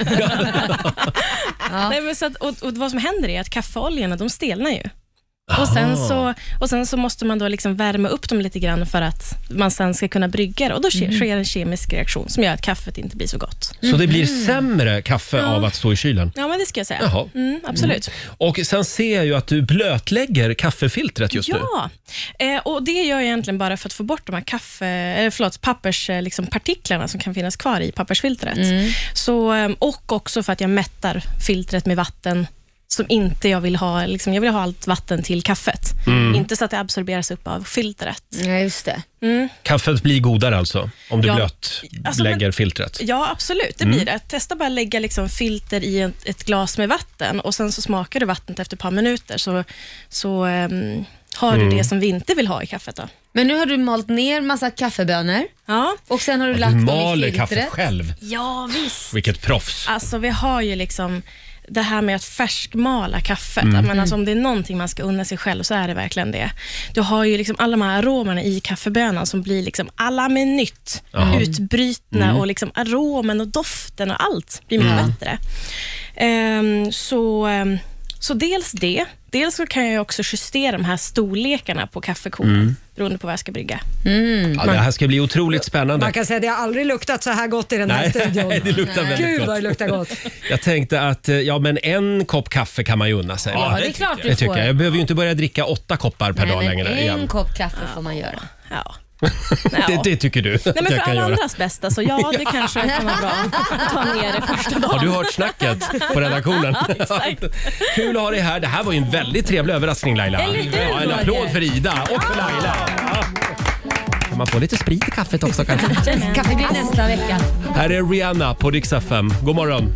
Ja. Nej, men så att, och, och vad som händer är att kaffeoljorna, de stelnar ju. Och sen, så, och sen så måste man då liksom värma upp dem lite grann för att man sen ska kunna brygga det. Och då sker, Mm. sker en kemisk reaktion som gör att kaffet inte blir så gott. Så det blir sämre kaffe Ja. av att stå i kylen? Ja, men det ska jag säga. Jaha. Mm, absolut. Och sen ser jag ju att du blötlägger kaffefiltret just nu. Ja, eh, och det gör jag egentligen bara för att få bort de här kaffe, eh, förlåt, papperspartiklarna liksom partiklarna som kan finnas kvar i pappersfiltret. Mm. Så, eh, och också för att jag mättar filtret med vatten som inte jag vill ha. Liksom, jag vill ha allt vatten till kaffet. Mm. Inte så att det absorberas upp av filtret. Ja, just det. Mm. Kaffet blir godare alltså, om du Ja. blötlägger Alltså, men- filtret. Ja, absolut. Det Mm. blir det. Testa bara att lägga liksom filter i ett, ett glas med vatten och sen så smakar du vattnet efter ett par minuter. Så, så ehm, har du Mm. det som vi inte vill ha i kaffet då. Men nu har du malt ner massa kaffebönor. Ja. Och sen har du Du lagt dem i maler filtret. kaffe själv. Ja, visst. Vilket proffs. Alltså vi har ju liksom det här med att färskmala kaffet. Mm. Men alltså, om det är någonting man ska unna sig själv så är det verkligen det. Du har ju liksom alla de här aromerna i kaffebönan som blir liksom alla med nytt Jaha. utbrytna Mm. och liksom aromen och doften och allt blir mycket Ja. bättre. Ehm, så, ehm, så dels det. Dels så kan jag också justera de här storlekarna på kaffekonen Mm. beroende på vad jag ska brygga. Mm. Ja, det här ska bli otroligt spännande. Man kan säga att det har aldrig luktat så här gott i den här Nej, studion. det luktar väldigt Gud gott. vad det luktar gott. Jag tänkte att eh, ja, men en kopp kaffe kan man ju unna sig. Ja, det är klart du Det tycker får. jag. Jag behöver ju inte börja dricka åtta koppar per Nej, dag men längre en igen. kopp kaffe får man göra. Ja. Det, det tycker du Nej, att men för jag kan alla göra. andras bästa, så ja, det kanske kan vara bra att ta ner det första dagen. Har du hört snacket på redaktionen? Ja, exakt. Kul att ha dig här. Det här var ju en väldigt trevlig överraskning, Laila. Eller hur, Ja, en Roger? applåd för Ida och för Laila. Ja. Kan man få lite sprit i kaffet också kanske? Kaffe blir nästa vecka. Här är Rihanna på Rix F M. God morgon.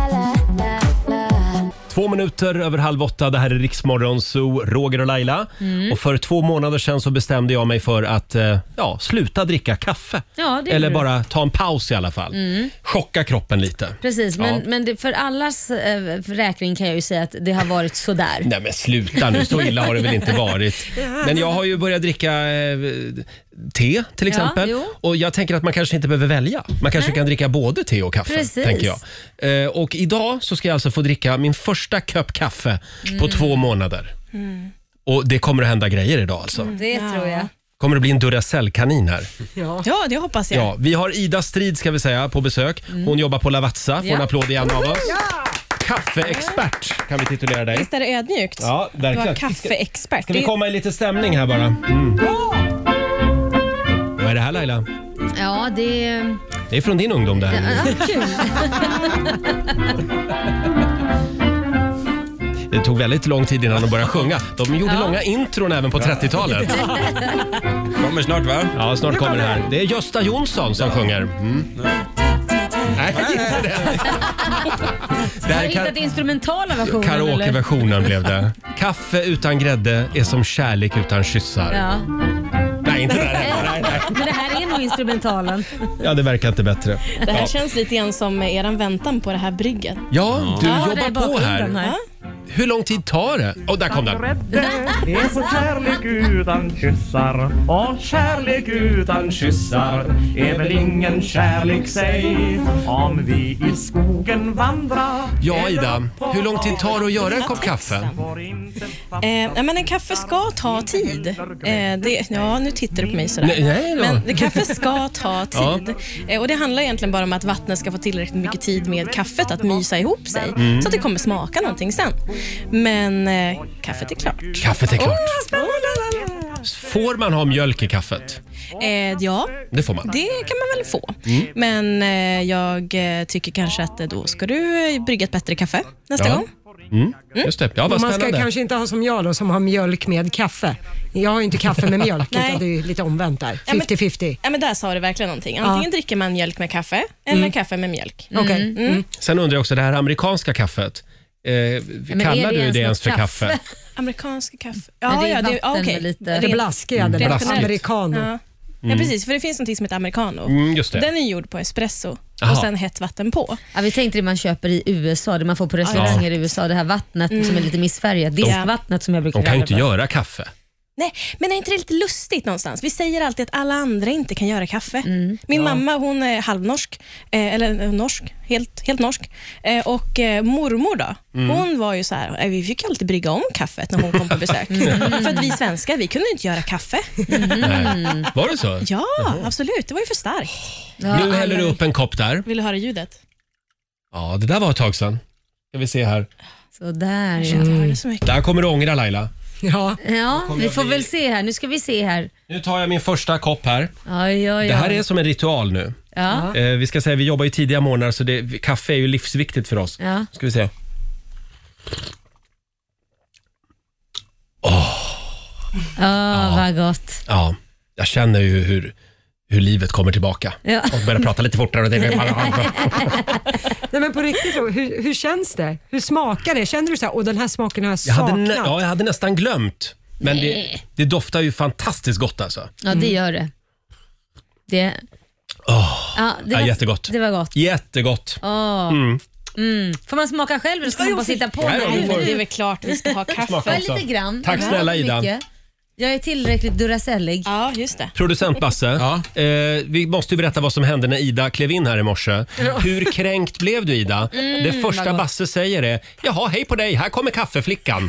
Två minuter över halv åtta. Det här är Riksmorgon Zoo, Roger och Laila. Mm. Och för två månader sedan så bestämde jag mig för att eh, ja, sluta dricka kaffe. Ja, det Eller gjorde du. bara ta en paus i alla fall. Mm. Chocka kroppen lite. Precis, men, Ja. men det, för allas eh, räkning kan jag ju säga att det har varit sådär. Nej men sluta nu, så illa har det väl inte varit. Men jag har ju börjat dricka eh, te till Ja, exempel. jo. Och jag tänker att man kanske inte behöver välja. Man kanske Nej. kan dricka både te och kaffe. Precis. Tänker jag. Eh, och idag så ska jag alltså få dricka min första kopp kaffe på Mm. två månader. Mm. Och det kommer att hända grejer idag alltså. Det tror jag. Kommer det bli en Duracell-kanin här. Ja. Ja, det hoppas jag. Ja, vi har Ida Strid ska vi säga på besök. Hon jobbar på Lavazza. Får en Ja. applåd igen av oss. Kaffeexpert kan vi titulera dig. Visst är det ödmjukt? Ja, Du var verkligen. kaffeexpert. Ska vi Det- komma i lite stämning här bara? Mm. Vad är det här Laila? Ja, det... Det är från din ungdom det Ja, här. kul. Det tog väldigt lång tid innan de började sjunga. De gjorde Ja. långa intron även på trettiotalet. Kommer snart va? Ja, snart kommer det här. Det är Gösta Jonsson som sjunger. Mm. Nej, inte det. Det Har här du är hittat ka- instrumentala versionen? eller? karaokeversionen blev det. Kaffe utan grädde är som kärlek utan kyssar. Ja. Nej, inte där heller. Nej, nej. Men det här är nog instrumentalen. Ja, det verkar inte bättre. Det här Ja, känns lite grann som eran väntan på det här brygget. ja du Ja, det är jobbar på bakgrunden här. här. hur lång tid tar det? Och där kom den. Det är så kärlek utan kyssar, och kärlek utan kyssar är väl ingen kärlek, säg, om vi i skogen vandrar. Ja, Ida, hur lång tid tar det att göra en kopp kaffe? Eh, men en kaffe ska ta tid. Eh, det, ja, nu tittar du på mig sådär. Nej, nej då. Men det, kaffe ska ta tid. Eh, och det handlar egentligen bara om att vattnet ska få tillräckligt mycket tid med kaffet att mysa ihop sig. Mm. Så att det kommer smaka någonting sen. Men eh, kaffet är klart. Kaffet är klart. Oh, får man ha mjölk i kaffet? Eh, ja, det får man. Det kan man väl få. Mm. Men eh, jag eh, tycker kanske att eh, då ska du eh, brygga ett bättre kaffe nästa Ja. gång. Mm. Just det. Ja, vad man ska spännande. kanske inte ha som jag då, som har mjölk med kaffe. Jag har ju inte kaffe med mjölk, Nej. utan det är ju lite omvänt där. femtio femtio. Ja, men där sa du verkligen någonting. Antingen Ja. dricker man mjölk med kaffe eller Mm. kaffe med mjölk. Okej. Mm. Mm. Sen undrar jag också, det här amerikanska kaffet. Eh, kallar du det ens för kaffe? Amerikanska kaffe. Men Ja, det är ja, det, vatten ja, okej. med lite- Det blaskiga, det Rent blaskigt. generellt. Americano. Ja. Ja, Mm. precis. För det finns något som heter americano. Mm, just det. Den är gjord på espresso Aha. och sen hett vatten på. Ja, vi tänkte det man köper i U S A, det man får på restauranger i U S A, det här vattnet Mm. som är lite missfärgat. Diskvattnet som jag brukar De kan ju kalla inte det. göra kaffe. Nej, men är inte det lite lustigt någonstans? Vi säger alltid att alla andra inte kan göra kaffe. Mm. Min Ja. mamma, hon är halvnorsk, eh, eller eh, norsk, helt, helt norsk. Eh, och eh, mormor då, Mm. hon var ju så här, eh, vi fick ju alltid brygga om kaffet när hon kom på besök. Mm. För att vi svenskar, vi kunde inte göra kaffe. Nej. Var det så? Ja, absolut. Det var ju för starkt. Nu häller du upp en kopp där. Vill du höra ljudet? Ja, det där var ett tag sedan. Ska vi se här. Så där Jag inte hörde så mycket. Där kommer du ångra, Laila. Ja, Ja, kommer vi jag får bli- väl se här. Nu ska vi se här. Nu tar jag min första kopp här. Oj, oj, oj. Det här är som en ritual nu. Ja. Eh, vi ska säga, vi jobbar ju tidiga morgnar så det, kaffe är ju livsviktigt för oss. Ja. Ska vi se. Ja, vad gott. Ja, jag känner ju hur, hur livet kommer tillbaka. Ja. Och börjar prata lite fortare. Och det Nej, men på riktigt då, hur, hur känns det? Hur smakar det? Känner du så här, och den här smaken har jag jag, hade saknat? nä, ja, jag hade nästan glömt. Men det, Nej. det doftar ju fantastiskt gott alltså. Ja, det gör det. Det, Oh, ja, det ja, var, jättegott. Det var gott. Jättegott. Åh. Mm. Mm. Får man smaka själv eller ska man bara sitta på? Nej, när du får- Det är väl klart vi ska ha Smaka kaffe. Ja, också. lite grann. Tack Ja, snälla, inte Ida. mycket. Jag är tillräckligt duracellig. Ja, just det. Producent Basse, eh, vi måste ju berätta vad som hände när Ida klev in här i morse. Hur kränkt blev du, Ida? Mm, det vad första gott. Basse säger är, jaha, hej på dig, här kommer kaffeflickan.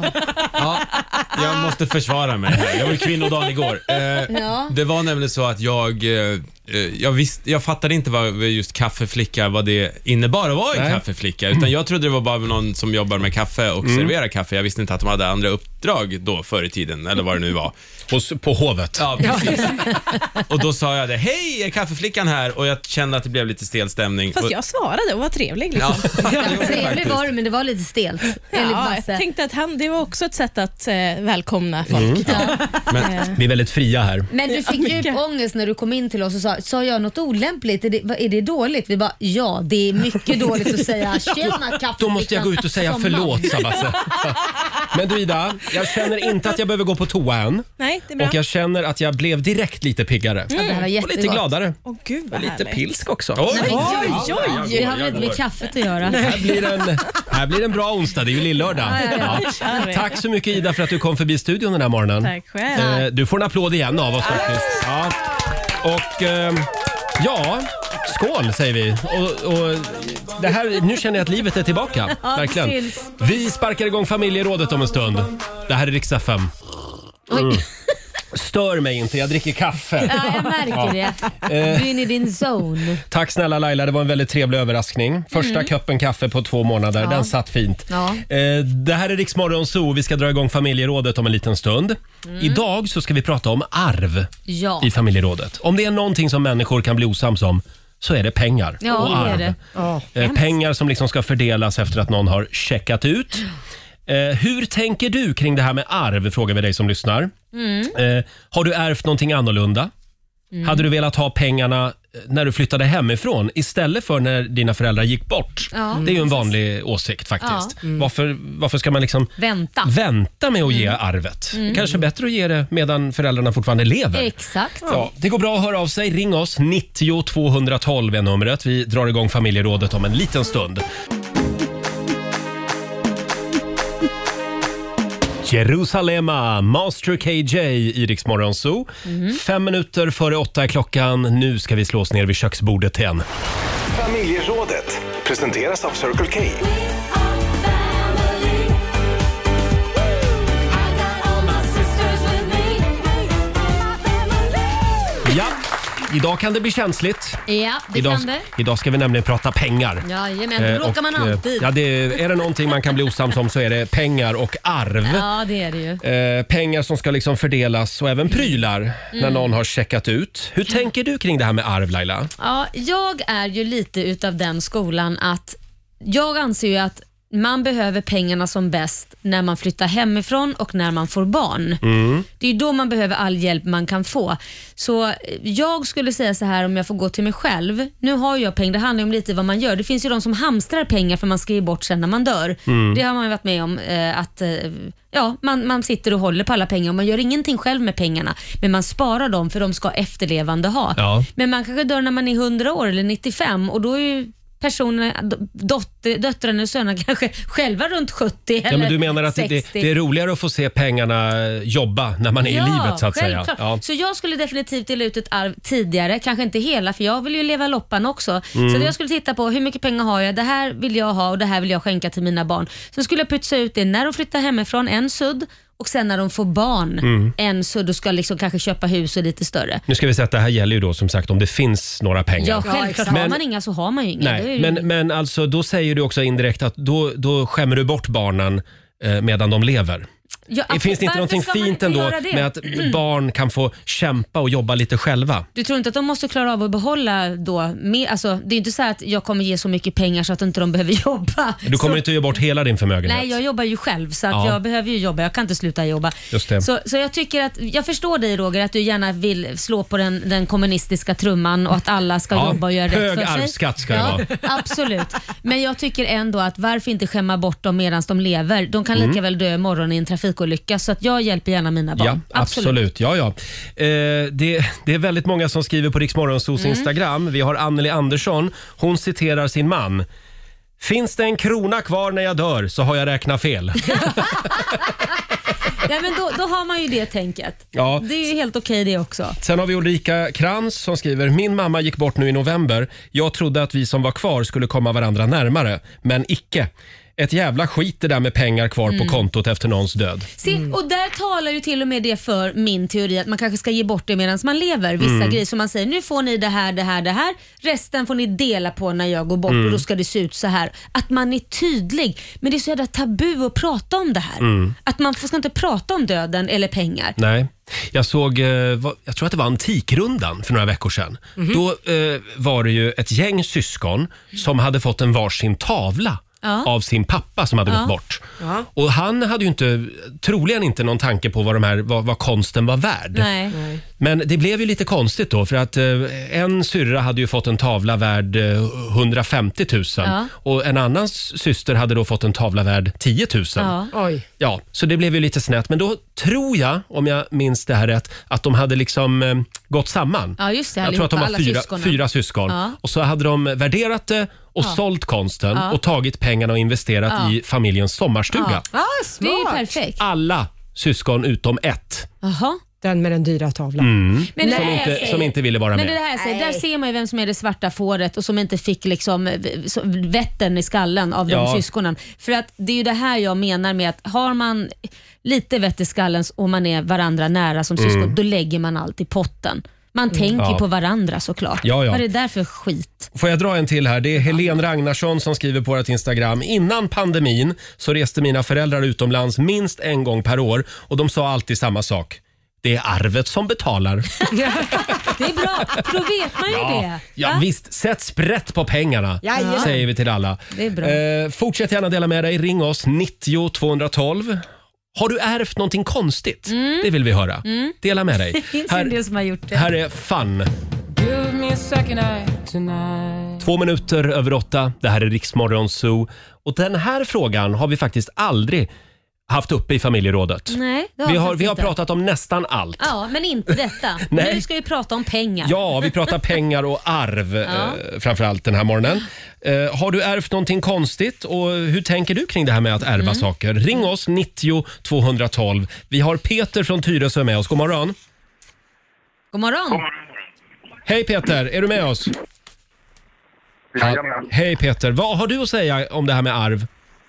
Ja, jag måste försvara mig här. Jag var ju kvinnodagen igår. Eh, Ja. Det var nämligen så att jag, eh, jag, visste, jag fattade inte vad just kaffeflicka, vad det innebar att vara en Nej. kaffeflicka. Utan jag trodde det var bara någon som jobbar med kaffe och Mm. serverar kaffe. Jag visste inte att de hade andra uppdrag då förr i tiden, eller vad det nu var. Hos, på hovet. Ja, precis. Och då sa jag det, hej, är kaffeflickan här? Och jag kände att det blev lite stel stämning. Fast Och- jag svarade och var trevlig. Liksom. Ja. Ja, trevlig var det, men det var lite stelt. Enligt Ja, Basse. jag tänkte att han, det var också ett sätt att eh, välkomna folk. Mm. Men vi är väldigt fria här. Men du fick Ja, djup mycket. ångest när du kom in till oss och sa, sa jag något olämpligt? Är det, vad- är det dåligt? Vi bara, ja det är mycket dåligt att säga tjena kaffeflickan. Då måste jag gå ut och säga som förlåt, man. sa Basse. Men du, Ida, jag känner inte att jag behöver gå på toa än. Nej, det är bra. Och jag känner att jag blev direkt lite piggare. Ja, det här var Och lite jättegott. gladare. Åh gud vad Och lite härligt. pilsk också. Oj, Oj, oj, oj. Det har väl inte med kaffet att göra? Här blir, en, här blir en bra onsdag, det är ju lillördag. Ja, ja, ja. Kör vi. Tack så mycket, Ida, för att du kom förbi studion den här morgonen. Tack själv. Eh, Du får en applåd igen av oss faktiskt. Ja. Och ehm, ja, skål säger vi. Och, och det här, nu känner jag att livet är tillbaka. Ja, Verkligen. precis. Vi sparkar igång familjerådet om en stund. Det här är Rix F M. Mm. Stör mig inte, jag dricker kaffe. Ja, jag märker det. Du är inne i din zone. Tack snälla Laila, det var en väldigt trevlig överraskning. Första Mm. koppen kaffe på två månader, Ja. den satt fint. Ja. Eh, Det här är Rix Morgon Zoo, vi ska dra igång familjerådet om en liten stund. Idag så ska vi prata om arv Ja. i familjerådet. Om det är någonting som människor kan bli osams om så är det pengar Ja, och det är arv. det. Eh, Hemskt. pengar som liksom ska fördelas efter att någon har checkat ut. Eh, hur tänker du kring det här med arv, frågar vi dig som lyssnar. Mm. Eh, har du ärvt någonting annorlunda? Mm. Hade du velat ha pengarna eh, när du flyttade hemifrån istället för när dina föräldrar gick bort? Ja. Det är ju en vanlig åsikt faktiskt. Ja. Mm. Varför, varför ska man liksom Vänta. vänta med att ge Mm. arvet? Mm. Kanske bättre att ge det medan föräldrarna fortfarande lever. Exakt. Ja, det går bra att höra av sig. Ring oss. nittio tvåhundratolv är numret. Vi drar igång familjerådet om en liten stund. Jerusalema, Master K J i Rix Morgon Zoo. Mm. Fem minuter före åtta är klockan. Nu ska vi slå oss ner vid köksbordet igen. Familjerådet presenteras av Circle K. Ja, idag kan det bli känsligt. Ja, det idag, kan det. Idag ska vi nämligen prata pengar. Jajamän, Eh, då råkar man och, eh, alltid. Ja, det är, är det någonting man kan bli osams om så är det pengar och arv. Ja, det är det ju. Eh, pengar som ska liksom fördelas och även prylar när Mm. någon har checkat ut. Hur tänker du kring det här med arv, Laila? Ja, jag är ju lite utav den skolan att jag anser ju att man behöver pengarna som bäst när man flyttar hemifrån och när man får barn. Mm. Det är då man behöver all hjälp man kan få. Så jag skulle säga så här, om jag får gå till mig själv. Nu har jag pengar, det handlar ju om lite vad man gör. Det finns ju de som hamstrar pengar för man ska ge bort sen när man dör. Mm. Det har man ju varit med om, eh, att eh, ja, man, man sitter och håller på alla pengar och man gör ingenting själv med pengarna. Men man sparar dem för de ska efterlevande ha. Ja. Men man kanske dör när man är hundra år eller nittiofem och då är ju personer, dotter, döttrarna och sönerna kanske själva runt sjuttio eller Ja, men du menar att det, sextio. det, det är roligare att få se pengarna jobba när man är Ja, i livet så att självklart. säga. Ja. Så jag skulle definitivt dela ut ett arv tidigare, kanske inte hela för jag vill ju leva loppan också. Mm. Så jag skulle titta på hur mycket pengar har jag, det här vill jag ha och det här vill jag skänka till mina barn. Sen skulle jag pytsa ut det när de flyttar hemifrån, en sudd, och sen när de får barn, Mm. en sudd och ska liksom kanske köpa hus och lite större. Nu ska vi säga att det här gäller ju då som sagt om det finns några pengar. Ja, självklart. Har Men- man inga så har man ju inga. Då är Nej, det- men, men alltså då säger du också indirekt att då, då skämmer du bort barnen eh, medan de lever. Ja, Finns det inte varför någonting ska man fint inte ändå göra det? med att barn kan få kämpa och jobba lite själva? Du tror inte att de måste klara av att behålla då mer, alltså, det är inte så att jag kommer ge så mycket pengar så att inte de behöver jobba. Du kommer så, inte att ge bort hela din förmögenhet. Nej, jag jobbar ju själv så att Ja. jag behöver ju jobba. Jag kan inte sluta jobba. Just det. Så, så jag tycker att, jag förstår dig Roger, att du gärna vill slå på den, den kommunistiska trumman och att alla ska Ja, jobba och göra rätt hög för sig. arvsskatt ska det ja, vara. Absolut. Men jag tycker ändå att varför inte skämma bort dem medan de lever? De kan lika Mm. väl dö imorgon i en trafikolycka så att jag hjälper gärna mina barn. Ja, absolut. Ja, ja. Eh, det, det är väldigt många som skriver på Rix Morgonzoos Mm. Instagram. Vi har Anneli Andersson. Hon citerar sin man. Finns det en krona kvar när jag dör så har jag räknat fel. Ja, men då, då har man ju det tänket. Ja. Det är ju helt okej det också. Sen har vi Ulrika Krantz som skriver: Min mamma gick bort nu i november. Jag trodde att vi som var kvar skulle komma varandra närmare, men icke. Ett jävla skit det där med pengar kvar Mm. på kontot efter någons död. Se, och där talar ju till och med det för min teori att man kanske ska ge bort det medan man lever. Vissa Mm. grejer som man säger, nu får ni det här, det här, det här. Resten får ni dela på när jag går bort Mm. och då ska det se ut så här. Att man är tydlig. Men det är så jävla tabu att prata om det här. Mm. Att man får- ska inte prata om döden eller pengar. Nej. Jag såg, eh, vad- jag tror att det var Antikrundan för några veckor sedan. Mhm. Då eh, var det ju ett gäng syskon som hade fått en varsin tavla Ja. av sin pappa som hade Ja. gått bort. Och han hade ju inte, troligen inte någon tanke på vad, de här, vad, vad konsten var värd. Nej. Men det blev ju lite konstigt då för att eh, en syrra hade ju fått en tavla värd eh, hundrafemtio tusen Ja. och en annan s- syster hade då fått en tavla värd tio tusen. Ja. Oj. Ja, så det blev ju lite snett. Men då tror jag, om jag minns det här rätt, att de hade liksom eh, gått samman. Ja, just det, Jag tror att de allihopa, var alla fyra, syskonen. fyra syskon. Ja. Och så hade de värderat det och Ja. sålt konsten Ja. och tagit pengarna och investerat Ja. i familjens sommarstuga. Ja. Det är ju perfekt. Alla syskon utom ett. Jaha. Den med den dyra tavlan. Mm. Men det som, här inte, säger- som inte ville vara Men med. det här säger, där ser man ju vem som är det svarta fåret och som inte fick liksom eh, så- vetten i skallen av de Ja. syskonen. För att det är ju det här jag menar med att har man lite vett i skallen och man är varandra nära som syskon, Mm. då lägger man allt i potten. Man tänker Ja. på varandra såklart. Ja, ja. Vad är det där för skit? Får jag dra en till här? Det är Helene Ragnarsson som skriver på vårt Instagram. Innan pandemin så reste mina föräldrar utomlands minst en gång per år och de sa alltid samma sak. Det är arvet som betalar. Det är bra, för då vet man ju Ja, det. ja Va? visst. Sätt sprätt på pengarna, Jajamän. säger vi till alla. Det är bra. Eh, fortsätt gärna dela med dig. Ring oss, nittio tvåhundratolv. Har du ärvt någonting konstigt? Mm. Det vill vi höra. Mm. Dela med dig. Det finns Här- en del som har gjort det. Här är Fun. Give me a second eye tonight. Två minuter över åtta. Det här är Rix Morgon Zoo. Och den här frågan har vi faktiskt aldrig haft uppe i familjerådet. Nej, det har vi, har, faktiskt vi har inte. pratat om nästan allt. Ja, men inte detta. Nej. Nu ska vi prata om pengar. Ja, vi pratar pengar och arv Ja. eh, framförallt den här morgonen. Eh, har du ärvt någonting konstigt och hur tänker du kring det här med att ärva Mm. saker? Ring oss nittio tvåhundratolv. Vi har Peter från Tyresö med oss. God morgon. God morgon. Hej Peter, är du med oss? Jajamän. Hej Peter, vad har du att säga om det här med arv?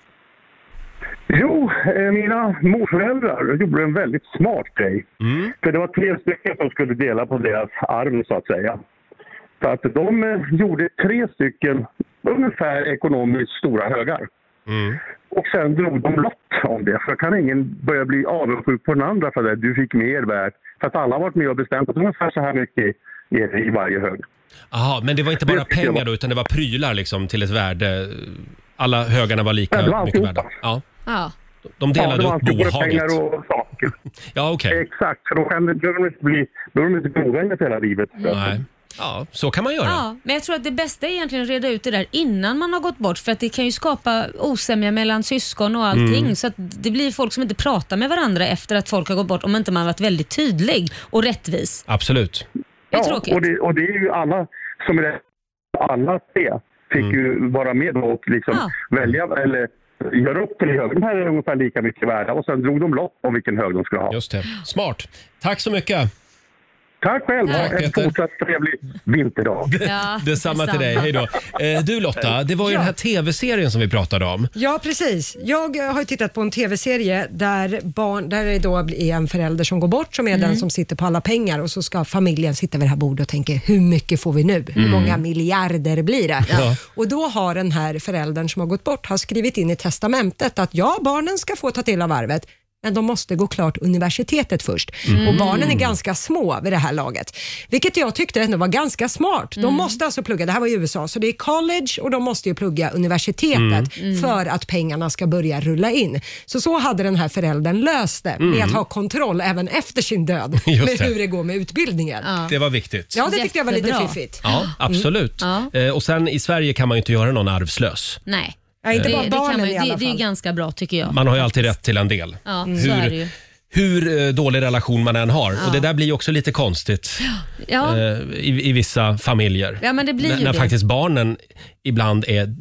Jo, eh, mina morföräldrar gjorde en väldigt smart grej. Mm. För det var tre stycken som skulle dela på deras arv så att säga. Så att de eh, gjorde tre stycken ungefär ekonomiskt stora högar. Mm. Och sen drog de lott om det. För kan ingen börja bli avundsjuk på den andra för det. Du fick mer värt. För att alla har varit med och bestämt att ungefär så här mycket i, i varje hög. Jaha, men det var inte bara Det tycker jag pengar då, utan det var prylar liksom till ett värde. Alla högarna var lika Ja, det var mycket alltihopa. värda. Ja. Ja. De delade Ja, det var upp alltid både bohaget. pengar och saker. Ja, okej. Exakt, för då kan det, behöver de inte bli, behöver de inte bli ovänner hela livet. Nej. Ja, så kan man göra. Ja, men jag tror att det bästa är egentligen att reda ut det där innan man har gått bort, för att det kan ju skapa osämja mellan syskon och allting. Mm. Så att det blir folk som inte pratar med varandra efter att folk har gått bort om inte man varit väldigt tydlig och rättvis. Absolut. Det är ja, tråkigt. Och det, och det är ju alla som är alla tre fick Mm. ju vara med och liksom Ja. välja eller göra upp till hög. De här är ungefär lika mycket värda och sen drog de lott om vilken hög de skulle ha. Just det. Smart. Tack så mycket. Tack själv. Tack, Ha en Peter. fortsatt trevlig vinterdag. Ja, Detsamma till dig. Hej då. Eh, du Lotta, det var ju Ja. den här tv-serien som vi pratade om. Ja, precis. Jag har ju tittat på en tv-serie där, barn, där det då är en förälder som går bort, som är den som sitter på alla pengar, och så ska familjen sitta vid det här bordet och tänka, hur mycket får vi nu? Hur många miljarder blir det? Ja. Och då har den här föräldern som har gått bort har skrivit in i testamentet att ja, barnen ska få ta till av arvet, men de måste gå klart universitetet först. Och barnen är ganska små vid det här laget. Vilket jag tyckte ändå var ganska smart. De måste alltså plugga, det här var i U S A, så det är college och de måste ju plugga universitetet för att pengarna ska börja rulla in. Så så hade den här föräldern löst det, med att ha kontroll även efter sin död Just med det. hur det går med utbildningen. Ja, Det var viktigt. det tyckte jag var lite Jättebra. fiffigt. Ja, absolut. Ja. Eh, och sen i Sverige kan man ju inte göra någon arvslös. Nej. Ja, inte Det, bara det, kan barnen man, i alla det, det är ju fall. ganska bra tycker jag. Man har ju alltid rätt till en del. Ja, Hur- så är det ju. Hur eh, dålig relation man än har. Och det där blir ju också lite konstigt Ja. eh, i, i vissa familjer. Ja, men det blir N- ju när det. faktiskt barnen ibland är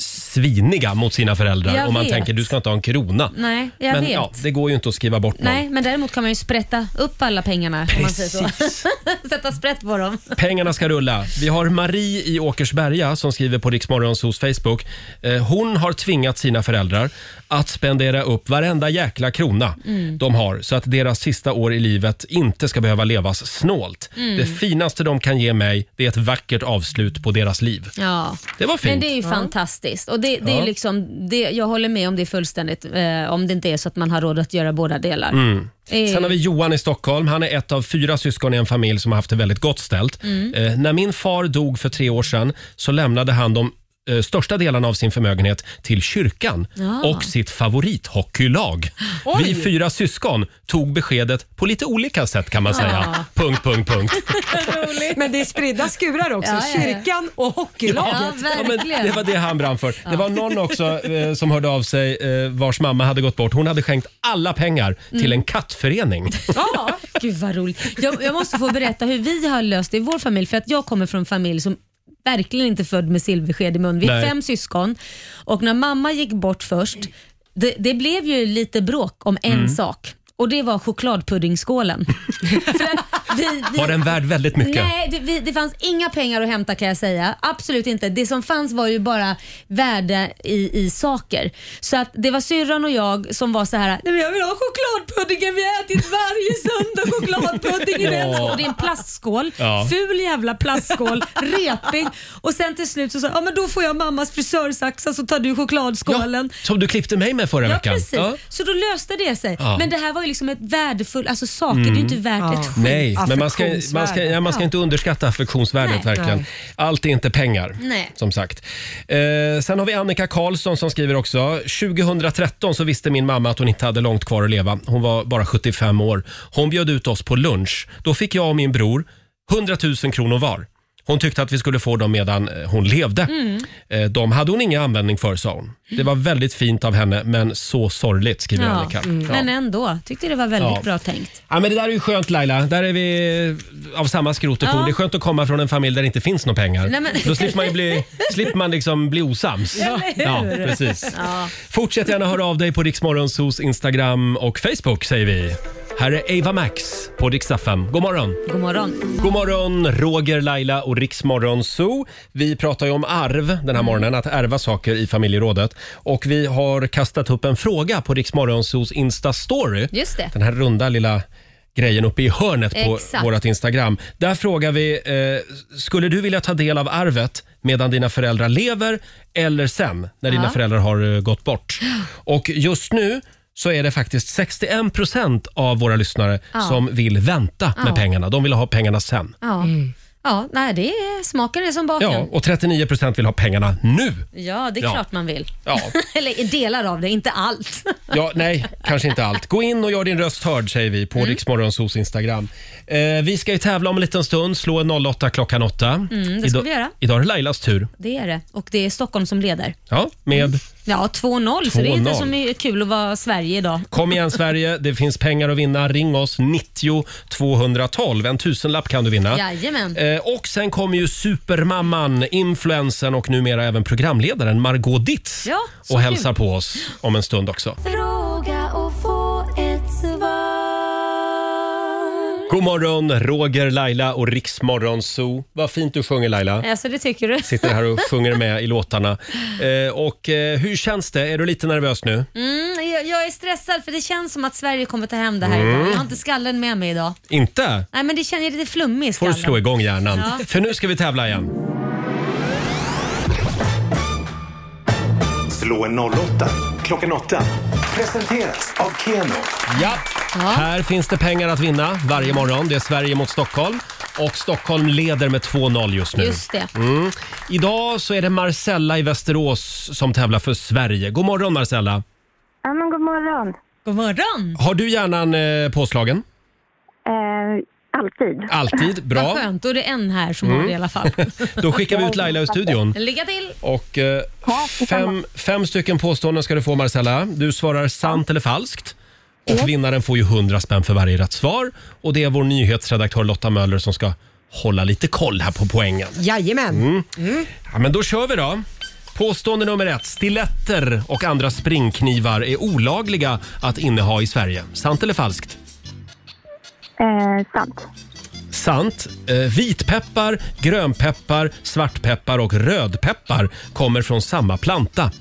sviniga mot sina föräldrar Jag och man vet. tänker du ska inte ha en krona. Nej, jag Men vet. ja, det går ju inte att skriva bort någon. Nej, men däremot kan man ju sprätta upp alla pengarna om man säger så. Sätta sprätt på dem. Pengarna ska rulla. Vi har Marie i Åkersberga som skriver på Riksmorgonsos Facebook. Eh, hon har tvingat sina föräldrar att spendera upp varenda jäkla krona Mm. de har så att deras sista år i livet inte ska behöva levas snålt. Mm. Det finaste de kan ge mig, det är ett vackert avslut på deras liv. Ja. Det var fint. Men det är ju fantastiskt. Och det, det är Ja. liksom, det, jag håller med om det fullständigt, eh, om det inte är så att man har råd att göra båda delar. Mm. Eh, Sen har vi Johan i Stockholm. Han är ett av fyra syskon i en familj som har haft det väldigt gott ställt. Mm. Eh, när min far dog för tre år sedan så lämnade han de eh, största delarna av sin förmögenhet till kyrkan Ja. och sitt favorithockeylag. Oj. Vi fyra syskon tog beskedet på lite olika sätt kan man säga. Ja. Punkt, punkt, punkt. Men det är spridda skurar också. Ja, ja, ja. Kyrkan och hockeylaget. Ja, Ja, men verkligen. det var det han brann för. Det var någon också eh, som hörde av sig eh, vars mamma hade gått bort. Hon hade skänkt alla pengar Mm. till en kattförening. Ja. Gud vad roligt. Jag, jag måste få berätta hur vi har löst det i vår familj. För att jag kommer från en familj som verkligen inte är född med silversked i mun. Vi är Nej. fem syskon och när mamma gick bort först, det, det blev ju lite bråk om en Mm. sak. Och det var chokladpuddingskålen. För att vi, vi, Var den värd väldigt mycket? Nej, det, vi, det fanns inga pengar att hämta kan jag säga. Absolut inte. Det som fanns var ju bara värde i, i saker. Så att det var syrran och jag som var så här: nej men jag vill ha chokladpuddingen, vi har ätit varje söndag chokladpudding i den. Ja. Och det är en plastskål. Ja. Ful jävla plastskål. Repig. Och sen till slut så sa ja men då får jag mammas frisörsaxa så tar du chokladskålen. Ja, som du klippte mig med förra Ja, veckan. precis. Ja. Så då löste det sig. Ja. Men det här var ju liksom ett värdefullt, alltså saker, det är ju inte värt Ja. ett skit. Nej, men man ska, man ska, ja, man ska Ja. inte underskatta affektionsvärdet Nej. verkligen. Nej. Allt är inte pengar, Nej. som sagt. Eh, sen har vi Annika Karlsson som skriver också. tjugohundratretton så visste min mamma att hon inte hade långt kvar att leva. Hon var bara sjuttiofem år. Hon bjöd ut oss på lunch. Då fick jag och min bror hundratusen kronor var. Hon tyckte att vi skulle få dem medan hon levde. Mm. De hade hon ingen användning för, sa hon. Det var väldigt fint av henne, men så sorgligt, skriver Ja. Annika. Mm. Ja. Men ändå, tyckte det var väldigt Ja. bra tänkt. Ja, men det där är ju skönt, Laila. Där är vi av samma skrot och korn. Ja. Det är skönt att komma från en familj där det inte finns några pengar. Nej, men- Då slipper man, ju bli, slipper man liksom bli osams. Eller hur? Ja, precis. Ja. Fortsätt gärna höra av dig på Rix Morgonzos Instagram och Facebook, säger vi. Här är Ava Max på Rix F M. God morgon! God morgon. God morgon, Roger, Laila och Rix Morgonzoo. Vi pratar ju om arv den här morgonen, att ärva saker i familjerådet. Och vi har kastat upp en fråga på Rix Morgonzoos Insta-story. Just det. Den här runda lilla grejen uppe i hörnet på Exakt. vårt Instagram. Där frågar vi, eh, skulle du vilja ta del av arvet medan dina föräldrar lever eller sen när dina Ja. föräldrar har eh, gått bort? Och just nu så är det faktiskt sextioen procent av våra lyssnare Ja. som vill vänta med Ja. pengarna. De vill ha pengarna sen. Ja, ja nej, det är, smaken är som baken. Ja, och trettionio procent vill ha pengarna nu. Ja, det är Ja. klart man vill. Ja. Eller delar av det, inte allt. Ja, nej, kanske inte allt. Gå in och gör din röst hörd, säger vi på mm. Rix Morgonzos Instagram. Eh, vi ska ju tävla om en liten stund, slå en noll åtta klockan åtta. Mm, det ska Idag- vi göra. Idag är det Lailas tur. Det är det. Och det är Stockholm som leder. Ja, med... Ja, två noll. Så det är två inte noll. så mycket kul att vara Sverige idag. Kom igen Sverige, det finns pengar att vinna. Ring oss nittio tvåhundratolv. En tusenlapp kan du vinna. Jajamän. Eh, och sen kommer ju supermamman, influensen och numera även programledaren Margot Ditz Ja, så och kul. hälsar på oss om en stund också. Fråga och få ett svar. God morgon, Roger, Laila och Rix Morgonzoo. Vad fint du sjunger, Laila. Alltså, det tycker du? Sitter här och sjunger med i låtarna. Eh, och eh, hur känns det? Är du lite nervös nu? Mm, jag, jag är stressad för det känns som att Sverige kommer ta hem det här Mm. idag. Jag har inte skallen med mig idag. Inte? Nej, men det känns lite flummig i Får du skallen. slå igång hjärnan. Ja. För nu ska vi tävla igen. Slå en noll åtta klockan åtta. Presenteras av Keno. Ja. Här finns det pengar att vinna varje morgon. Det är Sverige mot Stockholm. Och Stockholm leder med två noll just nu. Just det. Mm. Idag så är det Marcella i Västerås som tävlar för Sverige. God morgon Marcella. Ja, men god morgon. God morgon. Har du hjärnan eh, påslagen? Eh, alltid. Alltid, bra. Vad skönt, då är det en här som Mm. har det i alla fall. Då skickar vi ut Laila ur studion. Lycka till! Och eh, fem, fem stycken påståenden ska du få Marcella. Du svarar sant eller falskt. Och vinnaren får ju hundra spänn för varje rätt svar. Och det är vår nyhetsredaktör Lotta Möller som ska hålla lite koll här på poängen. Jajamän. Mm. Mm. Ja, men då kör vi då. Påstående nummer ett. Stiletter och andra springknivar är olagliga att inneha i Sverige. Sant eller falskt? Eh, sant. Sant. Eh, vitpeppar, grönpeppar, svartpeppar och rödpeppar kommer från samma planta.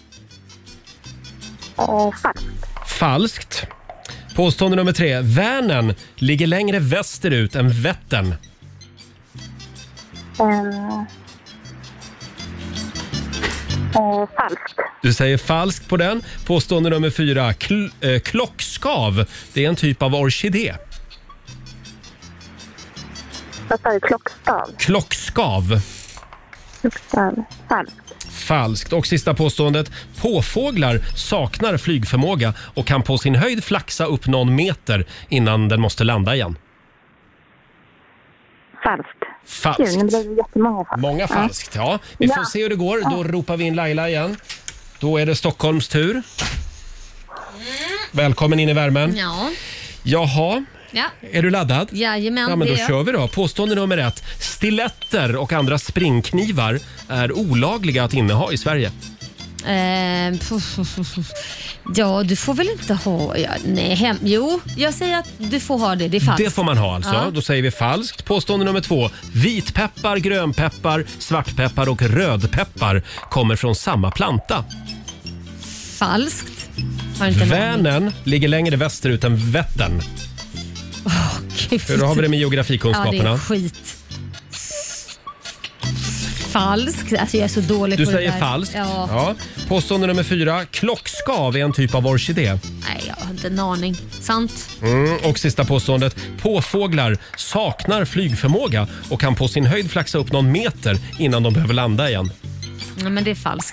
Eh, falskt. Falskt. Påstående nummer tre. Vänern ligger längre västerut än Vättern. Eh, eh, falskt. Du säger falskt på den. Påstående nummer fyra. Kl- eh, klockskav. Det är en typ av orkidé. Vad sa du? Klockstav? Klockskav. Klockstav. Falskt. Falskt. Och sista påståendet. Påfåglar saknar flygförmåga och kan på sin höjd flaxa upp någon meter innan den måste landa igen. Falskt. Falskt. Kul, nu blev det jättemånga falskt. Många falskt, ja. Vi får Ja. se hur det går. Då ropar vi in Laila igen. Då är det Stockholms tur. Välkommen in i värmen. Ja. Jaha, Ja. är du laddad? Jajamän, Ja, men det då är jag. kör vi då. Påstående nummer ett. Stiletter och andra springknivar är olagliga att inneha i Sverige. Eh, puff, puff, puff. Ja, du får väl inte ha... Ja, nej, hem, jo, jag säger att du får ha det. Det är falskt. Det får man ha alltså. Ja. Då säger vi falskt. Påstående nummer två. Vitpeppar, grönpeppar, svartpeppar och rödpeppar kommer från samma planta. Falskt. Har inte en aning. Vänern ligger längre västerut än Vättern. Gud. Hur har vi det med Ja, geografikunskaperna? det är skit. Falskt. Alltså jag är så dålig Du på det säger där. falskt. Ja. Ja. Påstående nummer fyra. Klockskav är en typ av orkidé. Nej, jag har inte en aning. Sant. Mm. Och sista påståendet. Påfåglar saknar flygförmåga och kan på sin höjd flaxa upp någon meter innan de behöver landa igen. Ja, men det är falskt.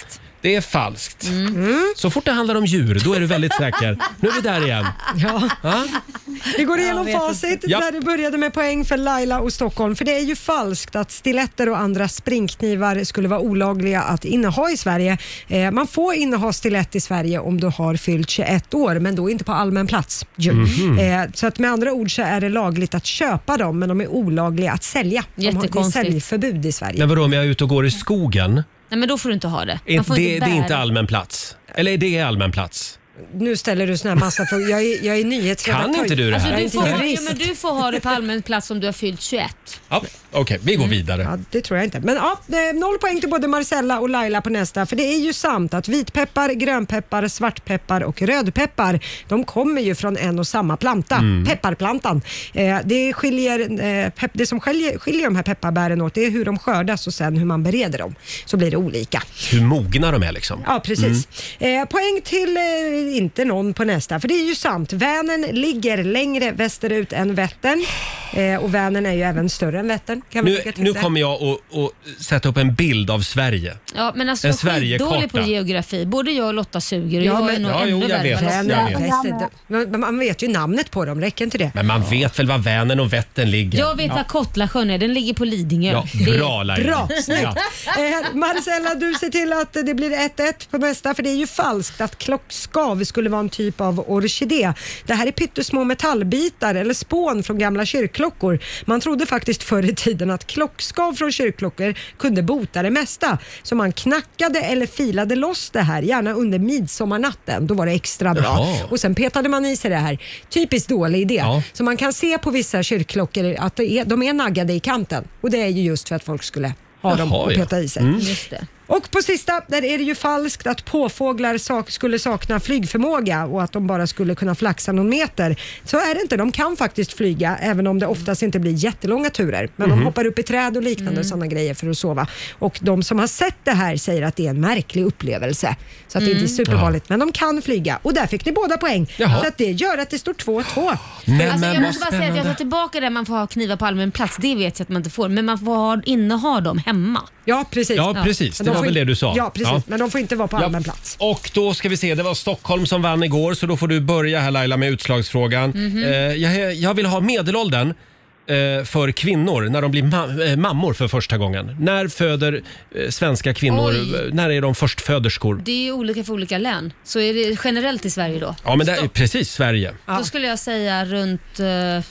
Det är falskt. Mm. Så fort det handlar om djur, då är du väldigt säker. Nu är vi där igen. Ja. Ja? Vi går igenom facit Ja. där det började med poäng för Laila och Stockholm. För det är ju falskt att stiletter och andra springknivar skulle vara olagliga att inneha i Sverige. Eh, man får inneha stilett i Sverige om du har fyllt tjugoett år, men då inte på allmän plats. Mhm. Eh, så att med andra ord så är det lagligt att köpa dem, men de är olagliga att sälja. De har, det är Jättekonstigt. säljförbud i Sverige. Men vadå, om jag är ute och går i skogen? Nej, men då får du inte ha det. Är, Man får det, inte det är bära. inte allmän plats? Eller är det allmän plats? Nu ställer du såna här massa frågor. Jag är, jag är nyhetsredaktör. Kan inte du det här? Alltså, du, får Jag är ha, inte ja, men du får ha det på allmän plats om du har fyllt tjugoett. Ja, Okej, vi går vidare. Ja, det tror jag inte. Men ja, eh, noll poäng till både Marcella och Laila på nästa. För det är ju sant att vitpeppar, grönpeppar, svartpeppar och rödpeppar, de kommer ju från en och samma planta, Mm. pepparplantan. Eh, det, skiljer, eh, pep, det som skiljer, skiljer de här pepparbären åt, det är hur de skördas och sen hur man bereder dem. Så blir det olika. Hur mogna de är liksom. Ja, precis. Eh, poäng till eh, inte någon på nästa, för det är ju sant. Vänern ligger längre västerut än Vättern. Eh, och Vänern är ju även större än Vättern. Kan vi Nu, lägga till nu det. kommer jag att, att sätta upp en bild av Sverige. Ja, men alltså En jag är Sverigekarta. skitdålig på geografi. Både jag och Lotta suger och Ja, jag men- är nog Ja, ännu jo, jag värre. vet. än Jag Lotta. vet. Väster, men man vet ju namnet på dem, räcker inte det? Men man vet väl var Vänern och Vättern ligger? Jag vet var Kottlasjön är, den ligger på Lidingö. Ja, Det är- bra Laila. Bra, snyggt. Ja. Eh, Marcella, du ser till att det blir ett ett på nästa, för det är ju falskt att klockskav skulle vara en typ av orkidé. Det här är pyttesmå metallbitar eller spån från gamla kyrkklockor. Man trodde faktiskt förr i tiden att klockskav från kyrkklockor kunde bota det mesta. Så man knackade eller filade loss det här, gärna under midsommarnatten. Då var det extra bra. Jaha. Och sen petade man i sig det här. Typiskt dålig idé. Ja. Så man kan se på vissa kyrkklockor att det är, de är naggade i kanten. Och det är ju just för att folk skulle ha dem Jaha, och ja. peta i sig. Mm. Just det. Och på sista, där är det ju falskt att påfåglar sak, skulle sakna flygförmåga och att de bara skulle kunna flaxa någon meter. Så är det inte, de kan faktiskt flyga även om det oftast inte blir jättelånga turer. Men Mhm. de hoppar upp i träd och liknande och sådana grejer för att sova. Och de som har sett det här säger att det är en märklig upplevelse. Så att det inte är supervanligt, men de kan flyga. Och där fick ni båda poäng. Jaha. Så att det gör att det står två två. Nej, Alltså, men jag vad måste bara säga att jag tar spännande. tillbaka det man får ha knivar på allmän plats. Det vet jag att man inte får. Men man får ha, inneha dem hemma. Ja, precis. Ja, precis. Men Det de var får väl in- det du sa. Ja, precis. Ja. Men de får inte vara på Ja. allmän plats. Och då ska vi se, det var Stockholm som vann igår, så då får du börja här Laila med utslagsfrågan. Mhm. Eh, jag, jag vill ha medelåldern eh, för kvinnor när de blir ma- eh, mammor för första gången. När föder eh, svenska kvinnor, Oj. eh, när är de förstföderskor? Det är ju olika för olika län. Så är det generellt i Sverige då? Ja, men det är precis Sverige. Då skulle jag säga runt... eh,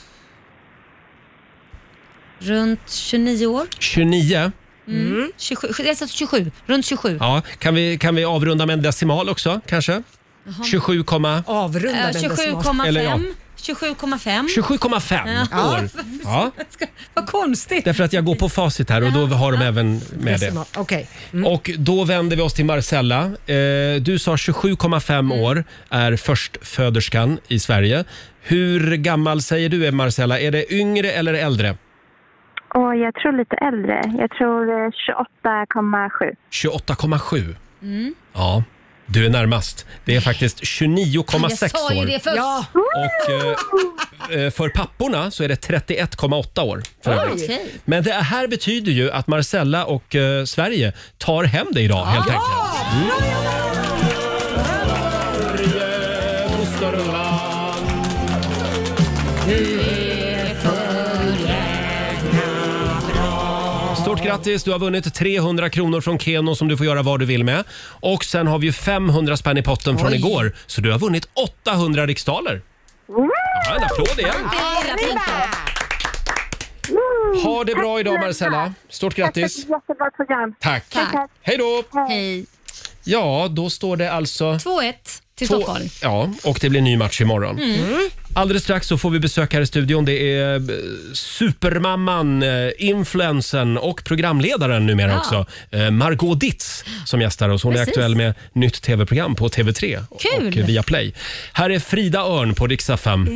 runt tjugonio år. tjugonio. Mm. tjugosju, jag sa tjugosju. Runt tjugosju. Ja, kan vi, kan vi avrunda med en decimal också kanske? tjugosju, Avrunda Eh, med en tjugosju decimal. komma Eller ja. fem. tjugosju komma fem. tjugosju komma fem Ja. år. Ja, Vad konstigt. därför att jag går på facit här och då har de även med det. Decimal. Okej. Och då vänder vi oss till Marcella. Eh, du sa tjugosju komma fem Mm. år är förstföderskan i Sverige. Hur gammal säger du är Marcella? Är det yngre eller äldre? Och jag tror lite äldre. Jag tror eh, tjugoåtta komma sju. tjugoåtta komma sju. Mm. Ja, du är närmast. Det är faktiskt tjugonio komma sex Jag sa ju år. det först. Ja. Och eh, för papporna så är det trettioett komma åtta år. För övrigt. Okej. Men det här betyder ju att Marcella och eh, Sverige tar hem det idag helt enkelt. Mm. Stort grattis, du har vunnit trehundra kronor från Keno som du får göra vad du vill med. Och sen har vi ju femhundra spänn i potten från Oj. igår. Så du har vunnit åttahundra riksdaler. Ja, en applåd igen. Det är illa fint då. Ha det bra idag Marcella. Stort grattis. Jättebra program. Tack. Tack. Hej då. Hej. Ja, då står det alltså... två ett till två- Stockholm. Ja, och det blir ny match imorgon. Mm. Alldeles strax så får vi besök här i studion. Det är eh, supermamman, eh, influensen och programledaren numera Ja. också. Eh, Margot Ditz som gästar oss. Hon är Precis. aktuell med nytt tv-program på T V tre Kul. och via Play. Här är Frida Örn på Rix F M.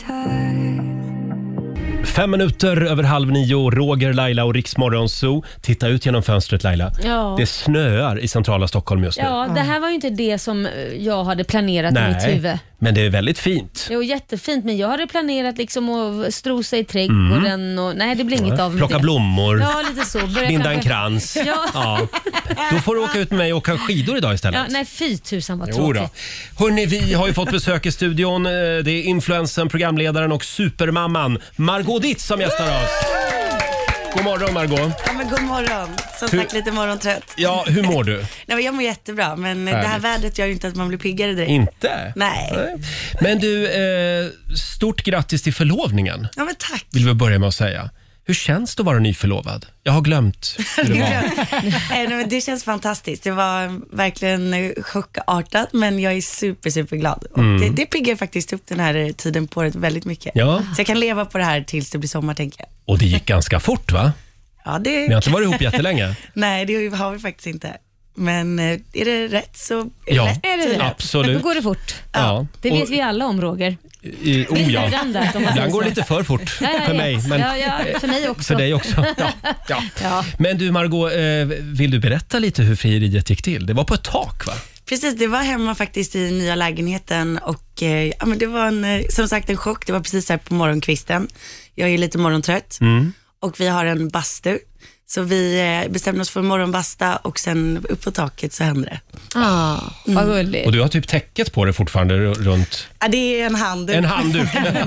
Fem minuter över halv nio, Roger, Laila och Rix Morgon Zoo. Titta ut genom fönstret Laila. Ja. Det snöar i centrala Stockholm just nu. Ja, det här var ju inte det som jag hade planerat i mitt Nej, huvud. Men det är väldigt fint. Jo, jättefint, men jag hade planerat liksom att strosa i trädgården Mm. och nej, det blir inget av Plocka det. blommor. Ja, lite så. Börja Binda kanske- en krans. Ja. Ja. Då får du åka ut med mig och åka skidor idag istället. Ja, nej, fy tusan vad Jo tråkigt. då. Hörrni, vi har ju fått besök i studion. Det är influensen, programledaren och supermamman Margot Dietz som gästar oss. God morgon Margot. Ja, men god morgon. Som Hur- sagt, lite morgontrött. Ja, hur mår du? Nej, men jag mår jättebra, men det Härligt. här vädret gör ju inte att man blir piggare direkt. Inte? Nej. Men du, eh, stort grattis till förlovningen. Ja, men tack. Vill vi börja med att säga. Hur känns det att vara nyförlovad? Jag har glömt hur det var. Eh, nej, men det känns fantastiskt. Det var verkligen eh, chockartat, men jag är super, super glad. Mm. Och det, det piggar faktiskt upp den här eh, tiden på året väldigt mycket. Ja. Så jag kan leva på det här tills det blir sommar, tänker jag. Och det gick ganska fort va? Ja, det... Ni har inte varit ihop jättelänge? Nej, det har vi faktiskt inte. Men eh, är det rätt så är det Ja, rätt. Är det det? absolut. Då går det fort. Ja. Det vet Och- vi alla om, Roger. I, oh ja. Ibland där, om man säger Ibland går det så. lite för fort Ja, jag för vet. mig. Men, Ja, ja, för mig också. För dig också. Ja, ja. Ja. Men du Margot, eh, vill du berätta lite hur frieriet gick till? Det var på ett tak va? Precis, det var hemma faktiskt i nya lägenheten och eh, ja, men det var en, eh, som sagt en chock. Det var precis här på morgonkvisten. Jag är lite morgontrött Mm. och vi har en bastu. Så vi eh, bestämde oss för morgonbasta och sen upp på taket så hände det. Ah, vad gulligt. Och du har typ täcket på dig fortfarande r- runt... Ja, det är en handduk. En handduk.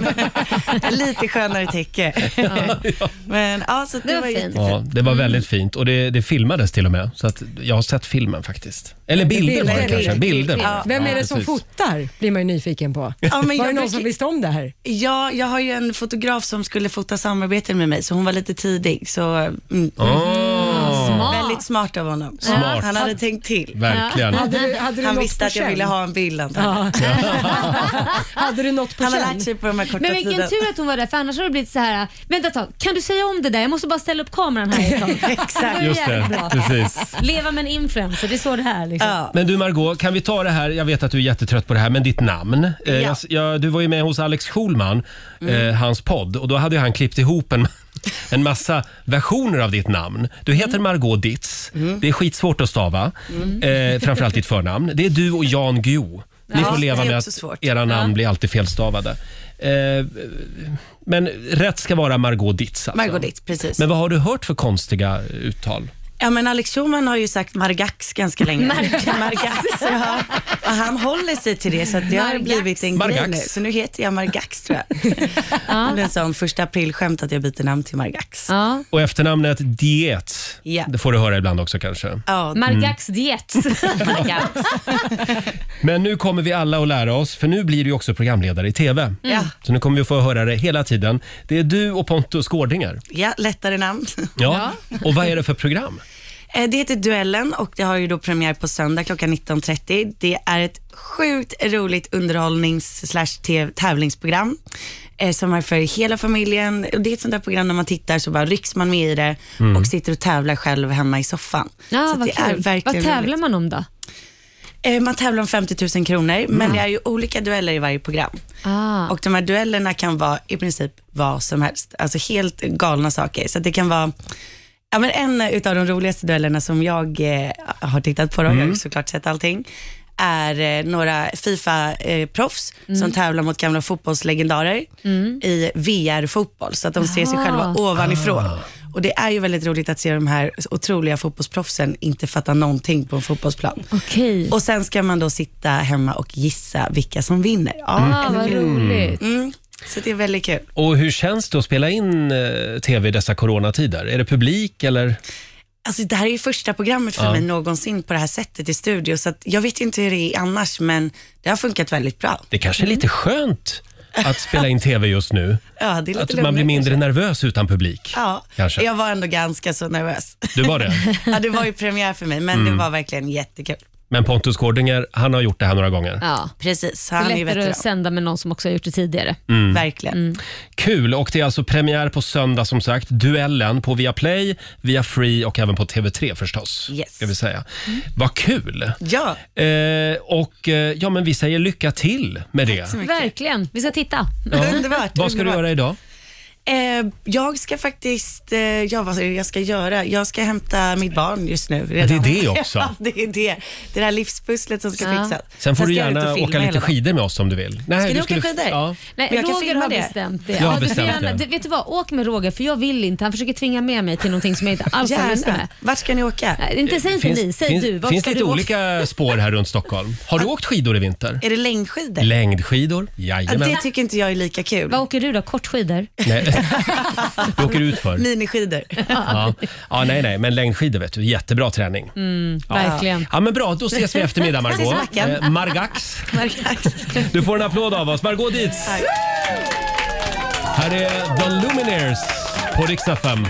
Lite skönare täcke. Men ja, så det, Det var var fint. jättefint. Ja, det var väldigt fint och det, det filmades till och med. Så att jag har sett filmen faktiskt. Eller bilder var det kanske. Bilder. Ja. Vem är Ja, det som precis. fotar? Blir man ju nyfiken på. Ja, men Var det jag någon brukar- som visste om det här? Ja, jag har ju en fotograf som skulle fota samarbeten med mig, så hon var lite tidig. Så, mm. Ah. Smart. Väldigt smart av honom. Smart. Han hade tänkt till. Verkligen. Hade du, hade du Han något visste på att jag känn? ville ha en bild. antagligen. Hade du något på Han har känn? lärt sig på de här korta Men vilken tiden. tur att hon var där, för annars hade det blivit så här. Vänta ett tag, kan du säga om det där? Jag måste bara ställa upp kameran här ett tag. Exakt. är Just det, jävligt bra. precis. Leva med en influencer, det är så det här liksom. Ja. Men du Margot, kan vi ta det här, jag vet att du är jättetrött på det här, men ditt namn. Eh, Ja. jag, jag, du var ju med hos Alex Schulman, eh, hans podd, och då hade ju han klippt ihop en, en massa versioner av ditt namn. Du heter Margot Dietz, det är skitsvårt att stava, eh, framförallt ditt förnamn. Det är du och Jan Guillou. Ni Ja, får leva det är med också att svårt. era namn Ja. blir alltid felstavade. Eh, men rätt ska vara Margot Dietz alltså. Margot Dietz, precis. Men vad har du hört för konstiga uttal? Ja, men Alex Schulman har ju sagt Margax ganska länge. Margax. Margax, ja. Och han håller sig till det, så att det har Margax. blivit en grej Margax. nu. Så nu heter jag Margax, tror jag. Det blir en sån första april-skämt att jag byter namn till Margax. Ja. Och efternamnet Dietz, Ja. det får du höra ibland också kanske. Ja, Margax diet. Margax. Men nu kommer vi alla att lära oss, för nu blir du ju också programledare i T V. Ja. Så nu kommer vi få höra det hela tiden. Det är du och Pontus Gårdinger. ja, lättare namn. Ja. Och vad är det för program? Eh, Det heter Duellen och det har ju då premiär på söndag klockan nitton trettio. Det är ett sjukt roligt underhållnings slash tävlingsprogram eh, som är för hela familjen. Och det är ett sånt där program när man tittar så bara rycks man med i det och sitter och tävlar själv hemma i soffan. Ja, så vad det är kul. verkligen Vad tävlar roligt. man om då? Eh, Man tävlar om femtio tusen kronor, men det är ju olika dueller i varje program. Ah. Och de här duellerna kan vara i princip vad som helst. Alltså helt galna saker. Så att det kan vara... Ja, men en utav de roligaste duellerna som jag eh, har tittat på, då, jag har ju såklart sett allting, är eh, några FIFA-proffs Mm. som tävlar mot gamla fotbollslegendarer i V R-fotboll, så att de ser sig Aha. själva ovanifrån. Och det är ju väldigt roligt att se de här otroliga fotbollsproffsen inte fatta någonting på en fotbollsplan. Okej. Och sen ska man då sitta hemma och gissa vilka som vinner. Ja, Ah, eller vad hur? roligt. Mm. Så det är väldigt kul. Och hur känns det att spela in eh, T V i dessa coronatider? Är det publik eller? Alltså det här är ju första programmet för Ja. mig någonsin på det här sättet i studio, så att jag vet ju inte hur det är annars, men det har funkat väldigt bra. Det kanske är lite skönt att spela in T V just nu. Ja, det är lite Att man lugnare blir mindre kanske. nervös utan publik. Ja, Kanske. jag var ändå ganska så nervös. Du var det? Ja, det var ju premiär för mig, men det var verkligen jättekul. Men Pontus Gårdinger, han har gjort det här några gånger. Ja. Precis, Det är han är ju lättare veteran. att sända med någon som också har gjort det tidigare. Verkligen. Kul, och det är alltså premiär på söndag som sagt. Duellen på Viaplay, via Free och även på T V tre förstås. Yes. Ska vi säga. Vad kul! Ja, Eh, och eh, ja, men vi säger lycka till med det. så mycket. Verkligen. Vi ska titta. Ja. Underbart. Vad ska du underbart. göra idag? Eh, jag ska faktiskt, eh, ja, vad är det jag ska göra? Jag ska hämta mitt barn just nu. Ja, det är det också. Ja, det är det. Det där livspusslet som ska Ja. fixas. Sen får Sen du ska jag ut gärna och filma åka lite hela dagen. skidor med oss om du vill. Nej, Ska du ni skulle- åka skidor? Ja. Nej, Men jag kan Roger filma har det. bestämt det. Jag har du får bestämt gärna, det. du, vet du vad, åk med Roger för jag vill inte. Han försöker tvinga med mig till någonting som jag inte alls har lust Gärna. med. Vart ska ni åka? Nej, inte, säg inte Finns- ni, säg finns, du. Vart finns ska lite du åka? olika spår här runt Stockholm. Har du åkt skidor i vinter? Är det längdskidor? Längdskidor? Ja, Jajamän. det tycker inte jag är lika kul. Vad åker du då? Kortskidor? Nej. Du åker ut för. Miniskidor. Ja. Ja, nej, nej, men längdskidor vet du, jättebra träning. Mm, Ja. verkligen. Ja, men bra, då ses vi i eftermiddag, Ses i Margot. backen. Eh, Margax. Margax. Du får en applåd av oss. Margot dit. Här är The Lumineers på Rix F M.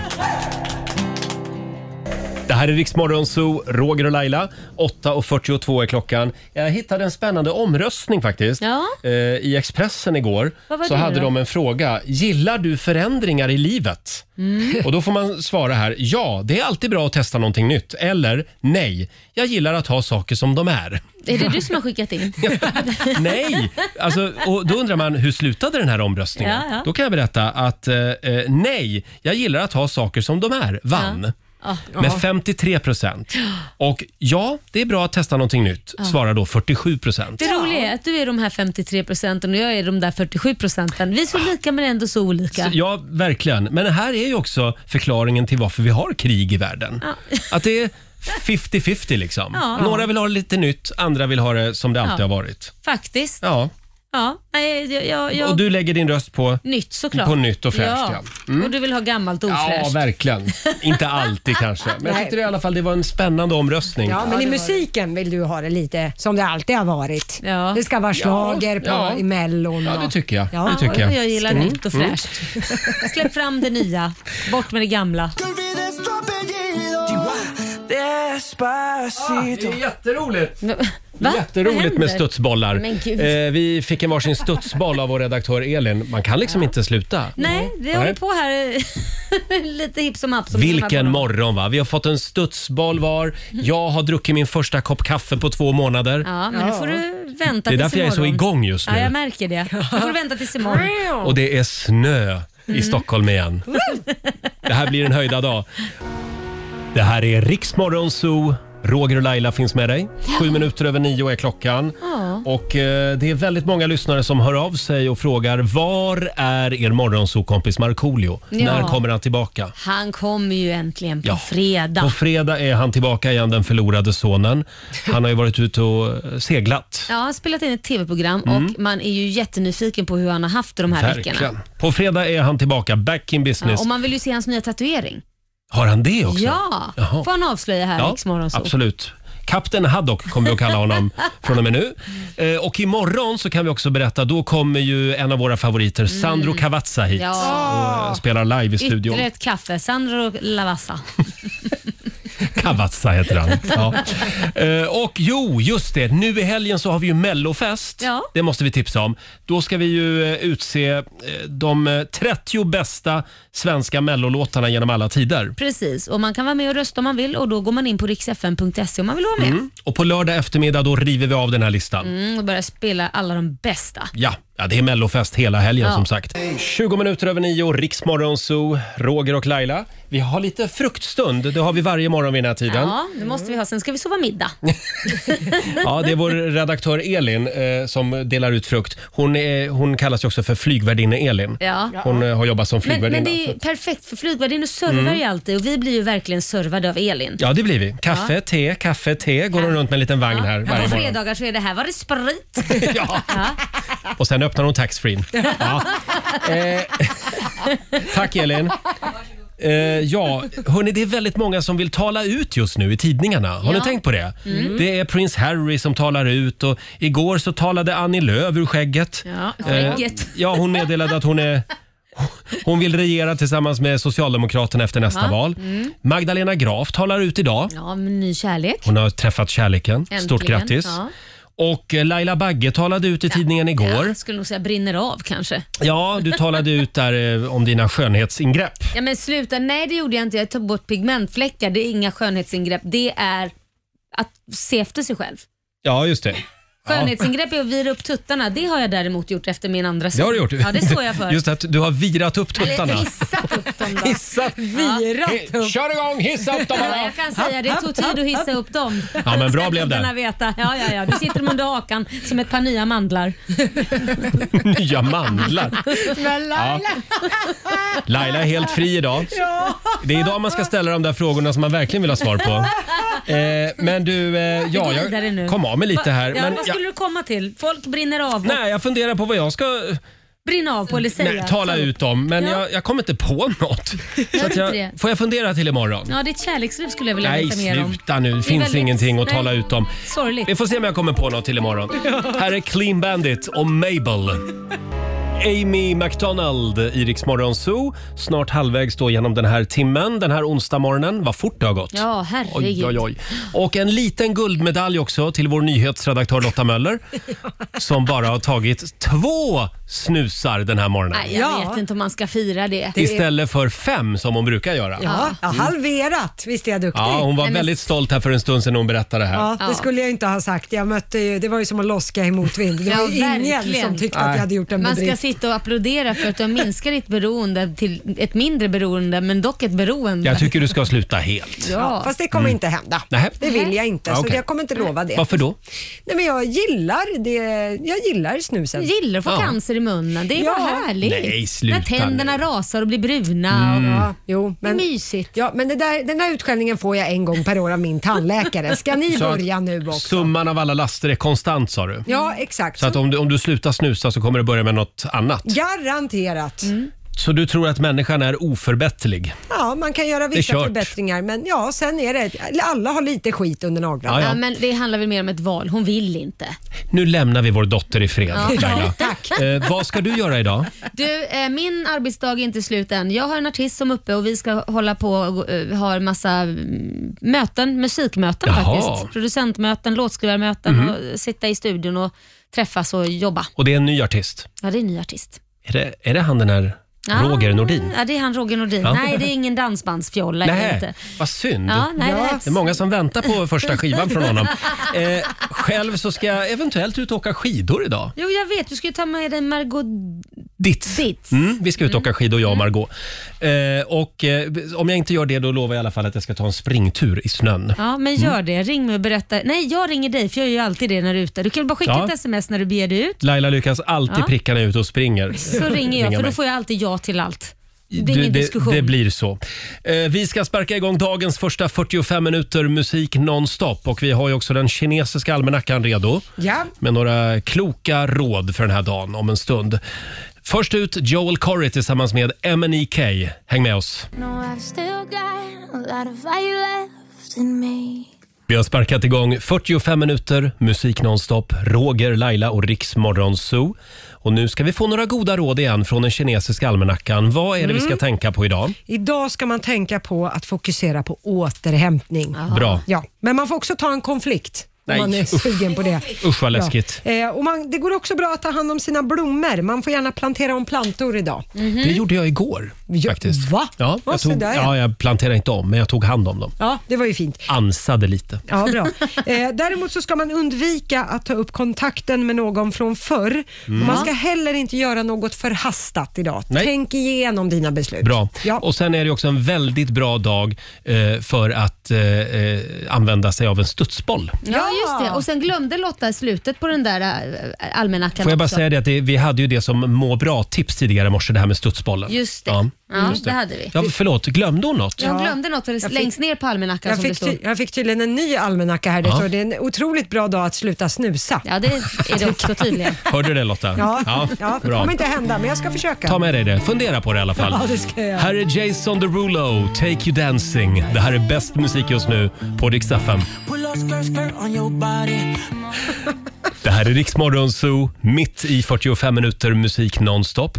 Det här är Rix Morgon Zoo, Roger och Laila. åtta och fyrtiotvå är klockan. Jag hittade en spännande omröstning faktiskt. Ja. Eh, I Expressen igår Vad var så det hade då? de en fråga. Gillar du förändringar i livet? Mm. Och då får man svara här. Ja, det är alltid bra att testa någonting nytt. Eller nej, jag gillar att ha saker som de är. Är det du som har skickat in? Nej! Alltså, och då undrar man, hur slutade den här omröstningen? Ja, ja. Då kan jag berätta att eh, eh, nej, jag gillar att ha saker som de är, vann. Ja. Med femtiotre procent. Och ja, det är bra att testa någonting nytt, svarar då fyrtiosju procent. Det roliga är att du är de här femtiotre procenten och jag är de där fyrtiosju procenten. Vi är så lika men ändå så olika. Ja, verkligen. Men det här är ju också förklaringen till varför vi har krig i världen. Ja. Att det är femtio femtio liksom. Ja. Några vill ha det lite nytt, andra vill ha det som det alltid Ja. har varit. Faktiskt. Ja. Ja, nej, jag, jag, jag... Och du lägger din röst på Nytt såklart. På nytt och fräscht, ja. ja. Mm. Och du vill ha gammalt och ofräscht. Ja, verkligen. Inte alltid kanske. Men jag Nej. tyckte i alla fall det var en spännande omröstning. Ja, men i musiken vill du ha det lite som det alltid har varit. Ja. Det ska vara schlager på Ja. i mellon. Ja, det och- tycker jag. Ja. Det tycker jag. Och jag gillar Mm. nytt och Mm. fräscht. Släpp fram det nya. Bort med det gamla. Ah, det är jätteroligt. Va? Jätteroligt Vad med händer? studsbollar. Men gud. Eh, vi fick en varsin studsboll av vår redaktör Elin. Man kan liksom inte sluta. Nej, vi håller på här lite hipp som happ. som Vilken morgon va? Vi har fått en studsboll var. Jag har druckit min första kopp kaffe på två månader. Ja, men nu får du vänta Det är tills därför jag är så imorgon. igång just nu. Ja, jag märker det. Nu får du vänta tills imorgon. Och det är snö i Mm. Stockholm igen. Det här blir en höjda dag. Det här är Riksmorgon Zoo. Roger och Laila finns med dig. Sju minuter över nio är klockan. Ja. Och eh, det är väldigt många lyssnare som hör av sig och frågar var är er morgonzoo-kompis Markoolio? Ja. När kommer han tillbaka? Han kommer ju äntligen på Ja. fredag. På fredag är han tillbaka igen, den förlorade sonen. Han har ju varit ute och eh, seglat. Ja, han har spelat in ett tv-program Mm. och man är ju jättenyfiken på hur han har haft det de här veckorna. Verkligen. På fredag är han tillbaka, back in Ja, business. och man vill ju se hans nya tatuering. Har han det också? Ja, Jaha. får han avslöja här i Ja, Rix Morgon Zoo. absolut. Kapten Haddock kommer vi att kalla honom från och med nu. Eh, och imorgon så kan vi också berätta, då kommer ju en av våra favoriter, Sandro Cavazza hit Ja. och eh, spelar live i studion. Ytterligare ett kaffe. Sandro Lavassa. Cavazza heter han. Ja. Eh, och jo, just det. Nu i helgen så har vi ju Mellofest. Ja. Det måste vi tipsa om. Då ska vi ju eh, utse eh, de eh, trettio bästa svenska mellolåtarna genom alla tider. Precis, och man kan vara med och rösta om man vill och då går man in på riks f m punkt se om man vill vara med. Mm. Och på lördag eftermiddag då river vi av den här listan. Mm, och börjar spela alla de bästa. Ja, ja, det är Mellofest hela helgen Ja. som sagt. tjugo minuter över nio, Riksmorgon Zoo, Roger och Laila. Vi har lite fruktstund, det har vi varje morgon vid den här tiden. Ja, det måste vi ha. Sen ska vi sova middag. Ja, det är vår redaktör Elin eh, som delar ut frukt. Hon, är, hon kallas ju också för flygvärdinne Elin. Ja. Hon eh, har jobbat som Men, flygvärdinna. men det är perfekt för flygvärdinnor servar Mm. ju alltid och vi blir ju verkligen servade av Elin. Ja, det blir vi. Kaffe, Ja. te, kaffe, te. Går hon runt med en liten vagn här Ja, varje på morgon. fredagar så är det här, var det sprit? Ja. Och sen öppnar hon taxfree. Ja. Eh, tack Elin. Eh, ja, hörni, det är väldigt många som vill tala ut just nu i tidningarna. Har Ja. ni tänkt på det? Mm. Det är Prince Harry som talar ut och igår så talade Annie Lööf ur skägget. Ja, Eh, skägget. ja, hon meddelade att hon är hon vill regera tillsammans med Socialdemokraterna efter nästa Ja. val. Mm. Magdalena Graf talar ut idag. Ja, men ny kärlek. Hon har träffat kärleken. Stort Äntligen. grattis. Ja. Och eh, Laila Bagge talade ut i tidningen igår. Jag skulle nog säga brinner av kanske. Ja, du talade ut där eh, om dina skönhetsingrepp. Ja men sluta, nej det gjorde jag inte. Jag tog bort pigmentfläckar. Det är inga skönhetsingrepp. Det är att se efter sig själv. Ja, just det. Skönhetsingrepp är att vira upp tuttarna. Det har jag däremot gjort efter min andra son. Det har du gjort. Ja, det står jag för. Just att du har virat upp tuttarna. Eller hissat upp dem då. Hissat. Virat upp. Kör igång, hissa upp dem Ja, bara. jag kan säga det tog tid att hissa upp dem. Ja, men bra blev det. Ska veta. Ja, ja, ja. Du sitter dem under hakan som ett par nya mandlar. Nya mandlar. Men Laila. Ja. Laila är helt fri idag. Ja. Det är idag man ska ställa de där frågorna som man verkligen vill ha svar på. Eh, men du, eh, ja, jag kom av mig lite här. Ja, men vad skulle jag, du komma till? Folk brinner av. Och nej, jag funderar på vad jag ska brinna av på eller säga. nej, tala ut om. Men Ja. jag, jag kommer inte på något. Så att jag, får jag fundera till imorgon? Ja, ditt kärleksliv skulle jag vilja Nej, veta mer om. sluta nu. Det är finns väldigt- ingenting att nej, tala ut om. Sorgligt. Vi får se om jag kommer på något till imorgon. Här är Clean Bandit och Mabel. Amy McDonald i Rix Morgon Zoo. Snart halvvägs då genom den här timmen, den här onsdag morgonen. Vad fort det har gått. Ja, herregud. Oj, oj, oj. Och en liten guldmedalj också till vår nyhetsredaktör Lotta Möller som bara har tagit två snusar den här morgonen. Nej, jag vet inte om man ska fira det. Istället för fem som hon brukar göra. Ja, ja, halverat. Visst är jag duktig. Ja, hon var Nej, men- väldigt stolt här för en stund sedan när hon berättade det här. Ja, det Ja. skulle jag inte ha sagt. Jag mötte ju, det var ju som att loska i motvind. Det var Ja, ju ingen verkligen. som tyckte att jag hade gjort en Man ska bedrift. sitta och applådera för att du har minskat ditt beroende till ett mindre beroende, men dock ett beroende. Jag tycker du ska sluta helt. Ja, fast det kommer Mm. inte hända. Nähä. Det vill jag inte, Ja, så okej. jag kommer inte lova det. Varför då? Nej, men jag gillar det. Jag gillar snusen. Jag gillar att få Ja. cancer i munnen. Det är Ja. bara härligt. Nej, sluta När tänderna nu. rasar och blir bruna. Och, Ja, jo, men, Det är mysigt. Ja, men det där, den där utskällningen får jag en gång per år av min tandläkare. Ska ni Så att börja nu också? Summan av alla laster är konstant, sa du. Ja, exakt. Så att om du, om du slutar snusa så kommer det börja med något annat. Garanterat. Så du tror att människan är oförbätterlig? Ja, man kan göra är vissa kört. förbättringar, men ja, sen är det... Alla har lite skit under naglarna. Ja, ja. Ja, men det handlar väl mer om ett val. Hon vill inte. Nu lämnar vi vår dotter i fred, Ja. Laila. Tack. Eh, vad ska du göra idag? Du, eh, min arbetsdag är inte slut än. Jag har en artist som är uppe och vi ska hålla på och eh, ha en massa mm, möten, musikmöten Jaha. faktiskt. Producentmöten, låtskrivarmöten Mhm. och sitta i studion och träffas och jobba. Och det är en ny artist. Ja, det är en ny artist. Är det, är det han den här Ja, Roger Nordin? Ja, det är han Roger Nordin. Ja. Nej, det är ingen dansbandsfjolla. är det Nej, inte. vad synd. Ja, nej, det är- Det är många som väntar på första skivan från honom. Eh, själv så ska jag eventuellt ut och åka skidor idag. Jo, jag vet. Du ska ju ta med dig Margot Ditt. Ditt. Mm, vi ska ut och åka skidor, jag och Margot. Eh, och eh, om jag inte gör det, då lovar jag i alla fall att jag ska ta en springtur i snön. Ja, men gör det. Ring mig och berätta. Nej, jag ringer dig för jag gör ju alltid det när du är ute. Du kan väl bara skicka Ja. ett sms när du beger dig ut. Laila lyckas alltid Ja. pricka när jag är ute och springer. Så ringer jag, Ringa för då mig. får jag alltid ja till allt. Det är Du, ingen det, diskussion. det blir så. Eh, vi ska sparka igång dagens första fyrtiofem minuter musik nonstop och vi har ju också den kinesiska almanackan redo Ja. med några kloka råd för den här dagen om en stund. Först ut Joel Corey tillsammans med M N E K. Häng med oss. No, I've still got a lot of fire left in me. Vi har sparkat igång fyrtiofem minuter musik nonstop. Roger, Laila och Rix Morgon Zoo. Och nu ska vi få några goda råd igen från den kinesiska almanackan. Vad är det vi ska Mm. tänka på idag? Idag ska man tänka på att fokusera på återhämtning. Bra. Ja, men man får också ta en konflikt. Nej, Om man är usch. sugen på det. Usch vad läskigt. Ja. Eh, och man, det går också bra att ta hand om sina blommor. Man får gärna plantera om plantor idag. Det gjorde jag igår faktiskt. Va? Ja, Ja, jag, så tog, där, ja. ja, jag planterade inte om, men jag tog hand om dem. Ja, det var ju fint. Ansade lite. Ja, bra. Eh, däremot så ska man undvika att ta upp kontakten med någon från förr. Mm. Och man ska heller inte göra något förhastat idag. Nej. Tänk igenom dina beslut. Bra. Ja. Och sen är det också en väldigt bra dag eh, för att eh, eh, använda sig av en studsboll. Ja, just det. Och sen glömde Lotta slutet på den där äh, almanackan Får jag bara också. säga det att det, vi hade ju det som må bra-tips tidigare i morse, det här med studsbollen. Just det. Ja, Ja, just det hade vi. Ja, förlåt, glömde hon något? Jag glömde något Jag fick- längst ner på almanackan Jag som det fick, stod. ty- jag fick tydligen en ny almanacka här. Det, Ja. står, det är en otroligt bra dag att sluta snusa. Ja, det är det också tydligen. Hörde du det Lotta? Ja, ja, det bra. kommer inte hända, men jag ska försöka. Ta med dig det. Fundera på det i alla fall. Ja, det ska jag göra. Här är Jason Derulo, Take You Dancing. Det här är bäst musik just nu på Rix F M. Pull up skirt, skirt on your body. Det här är Rix Morgon Zoo, mitt i fyrtiofem minuter musik nonstop.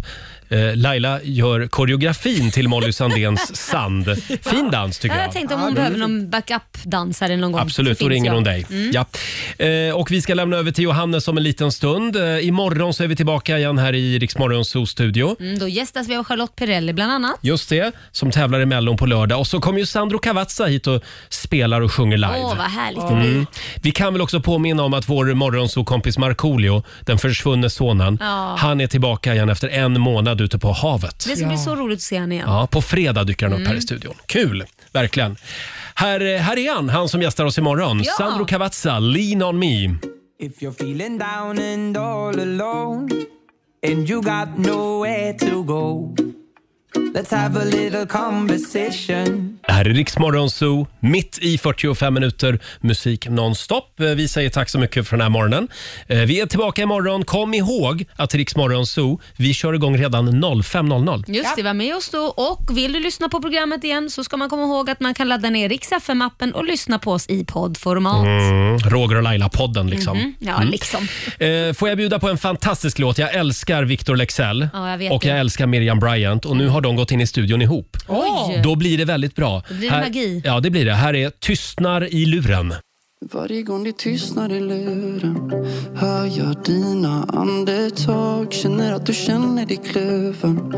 Eh, Laila gör koreografin till Molly Sandéns Sand. Fin dans tycker jag. Jag tänkte om hon behöver någon backup-dansare någon gång. Absolut, då ringer hon dig. Mm. Ja. Eh, och vi ska lämna över till Johannes om en liten stund. Eh, imorgon så är vi tillbaka igen här i Rix Morgon Zoo-studio. Mm, då gästas vi av Charlotte Perrelli bland annat. Just det, som tävlar i Mellon på lördag. Och så kommer ju Sandro Cavazza hit och spelar och sjunger live. Åh, vad härligt. Mm. Vi kan väl också påminna om att vår morgonzoo-kompis Markoolio, den försvunne sonen, Ja. han är tillbaka igen efter en månad ute på havet. Det ska bli så roligt att se han igen. Ja, på fredag dyker han upp Mm. här i studion. Kul, verkligen. Här, här är han, han som gästar oss imorgon. Ja. Sandro Cavazza, Lean on me. If you're feeling down and all alone and you got nowhere to go, let's have a little conversation. Det här är Rix Morgon Zoo, mitt i fyrtiofem minuter musik nonstop. Vi säger tack så mycket för den här morgonen. Vi är tillbaka imorgon. Kom ihåg att Rix Morgon Zoo, vi kör igång redan fem noll noll. Just det, var med oss då. Och vill du lyssna på programmet igen så ska man komma ihåg att man kan ladda ner Rix F M-appen och lyssna på oss i poddformat. Mm, Roger och Laila-podden liksom. Mhm, ja, Mm. liksom. Eh, får jag bjuda på en fantastisk låt? Jag älskar Victor Leksell Ja, jag vet och jag det. älskar Miriam Bryant och nu har de gått in i studion ihop. Oj! Då blir det väldigt bra. Då blir det Här- magi. Ja, det blir det. Här är Tystnar i luren. Varje gång det tystnar i luren hör jag dina andetag. Känner att du känner dig kluven.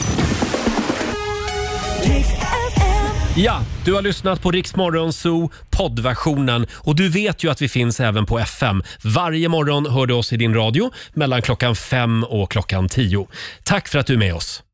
Ja, du har lyssnat på Rix Morgon Zoo poddversionen och du vet ju att vi finns även på F M. Varje morgon hör du oss i din radio mellan klockan fem och klockan tio. Tack för att du är med oss.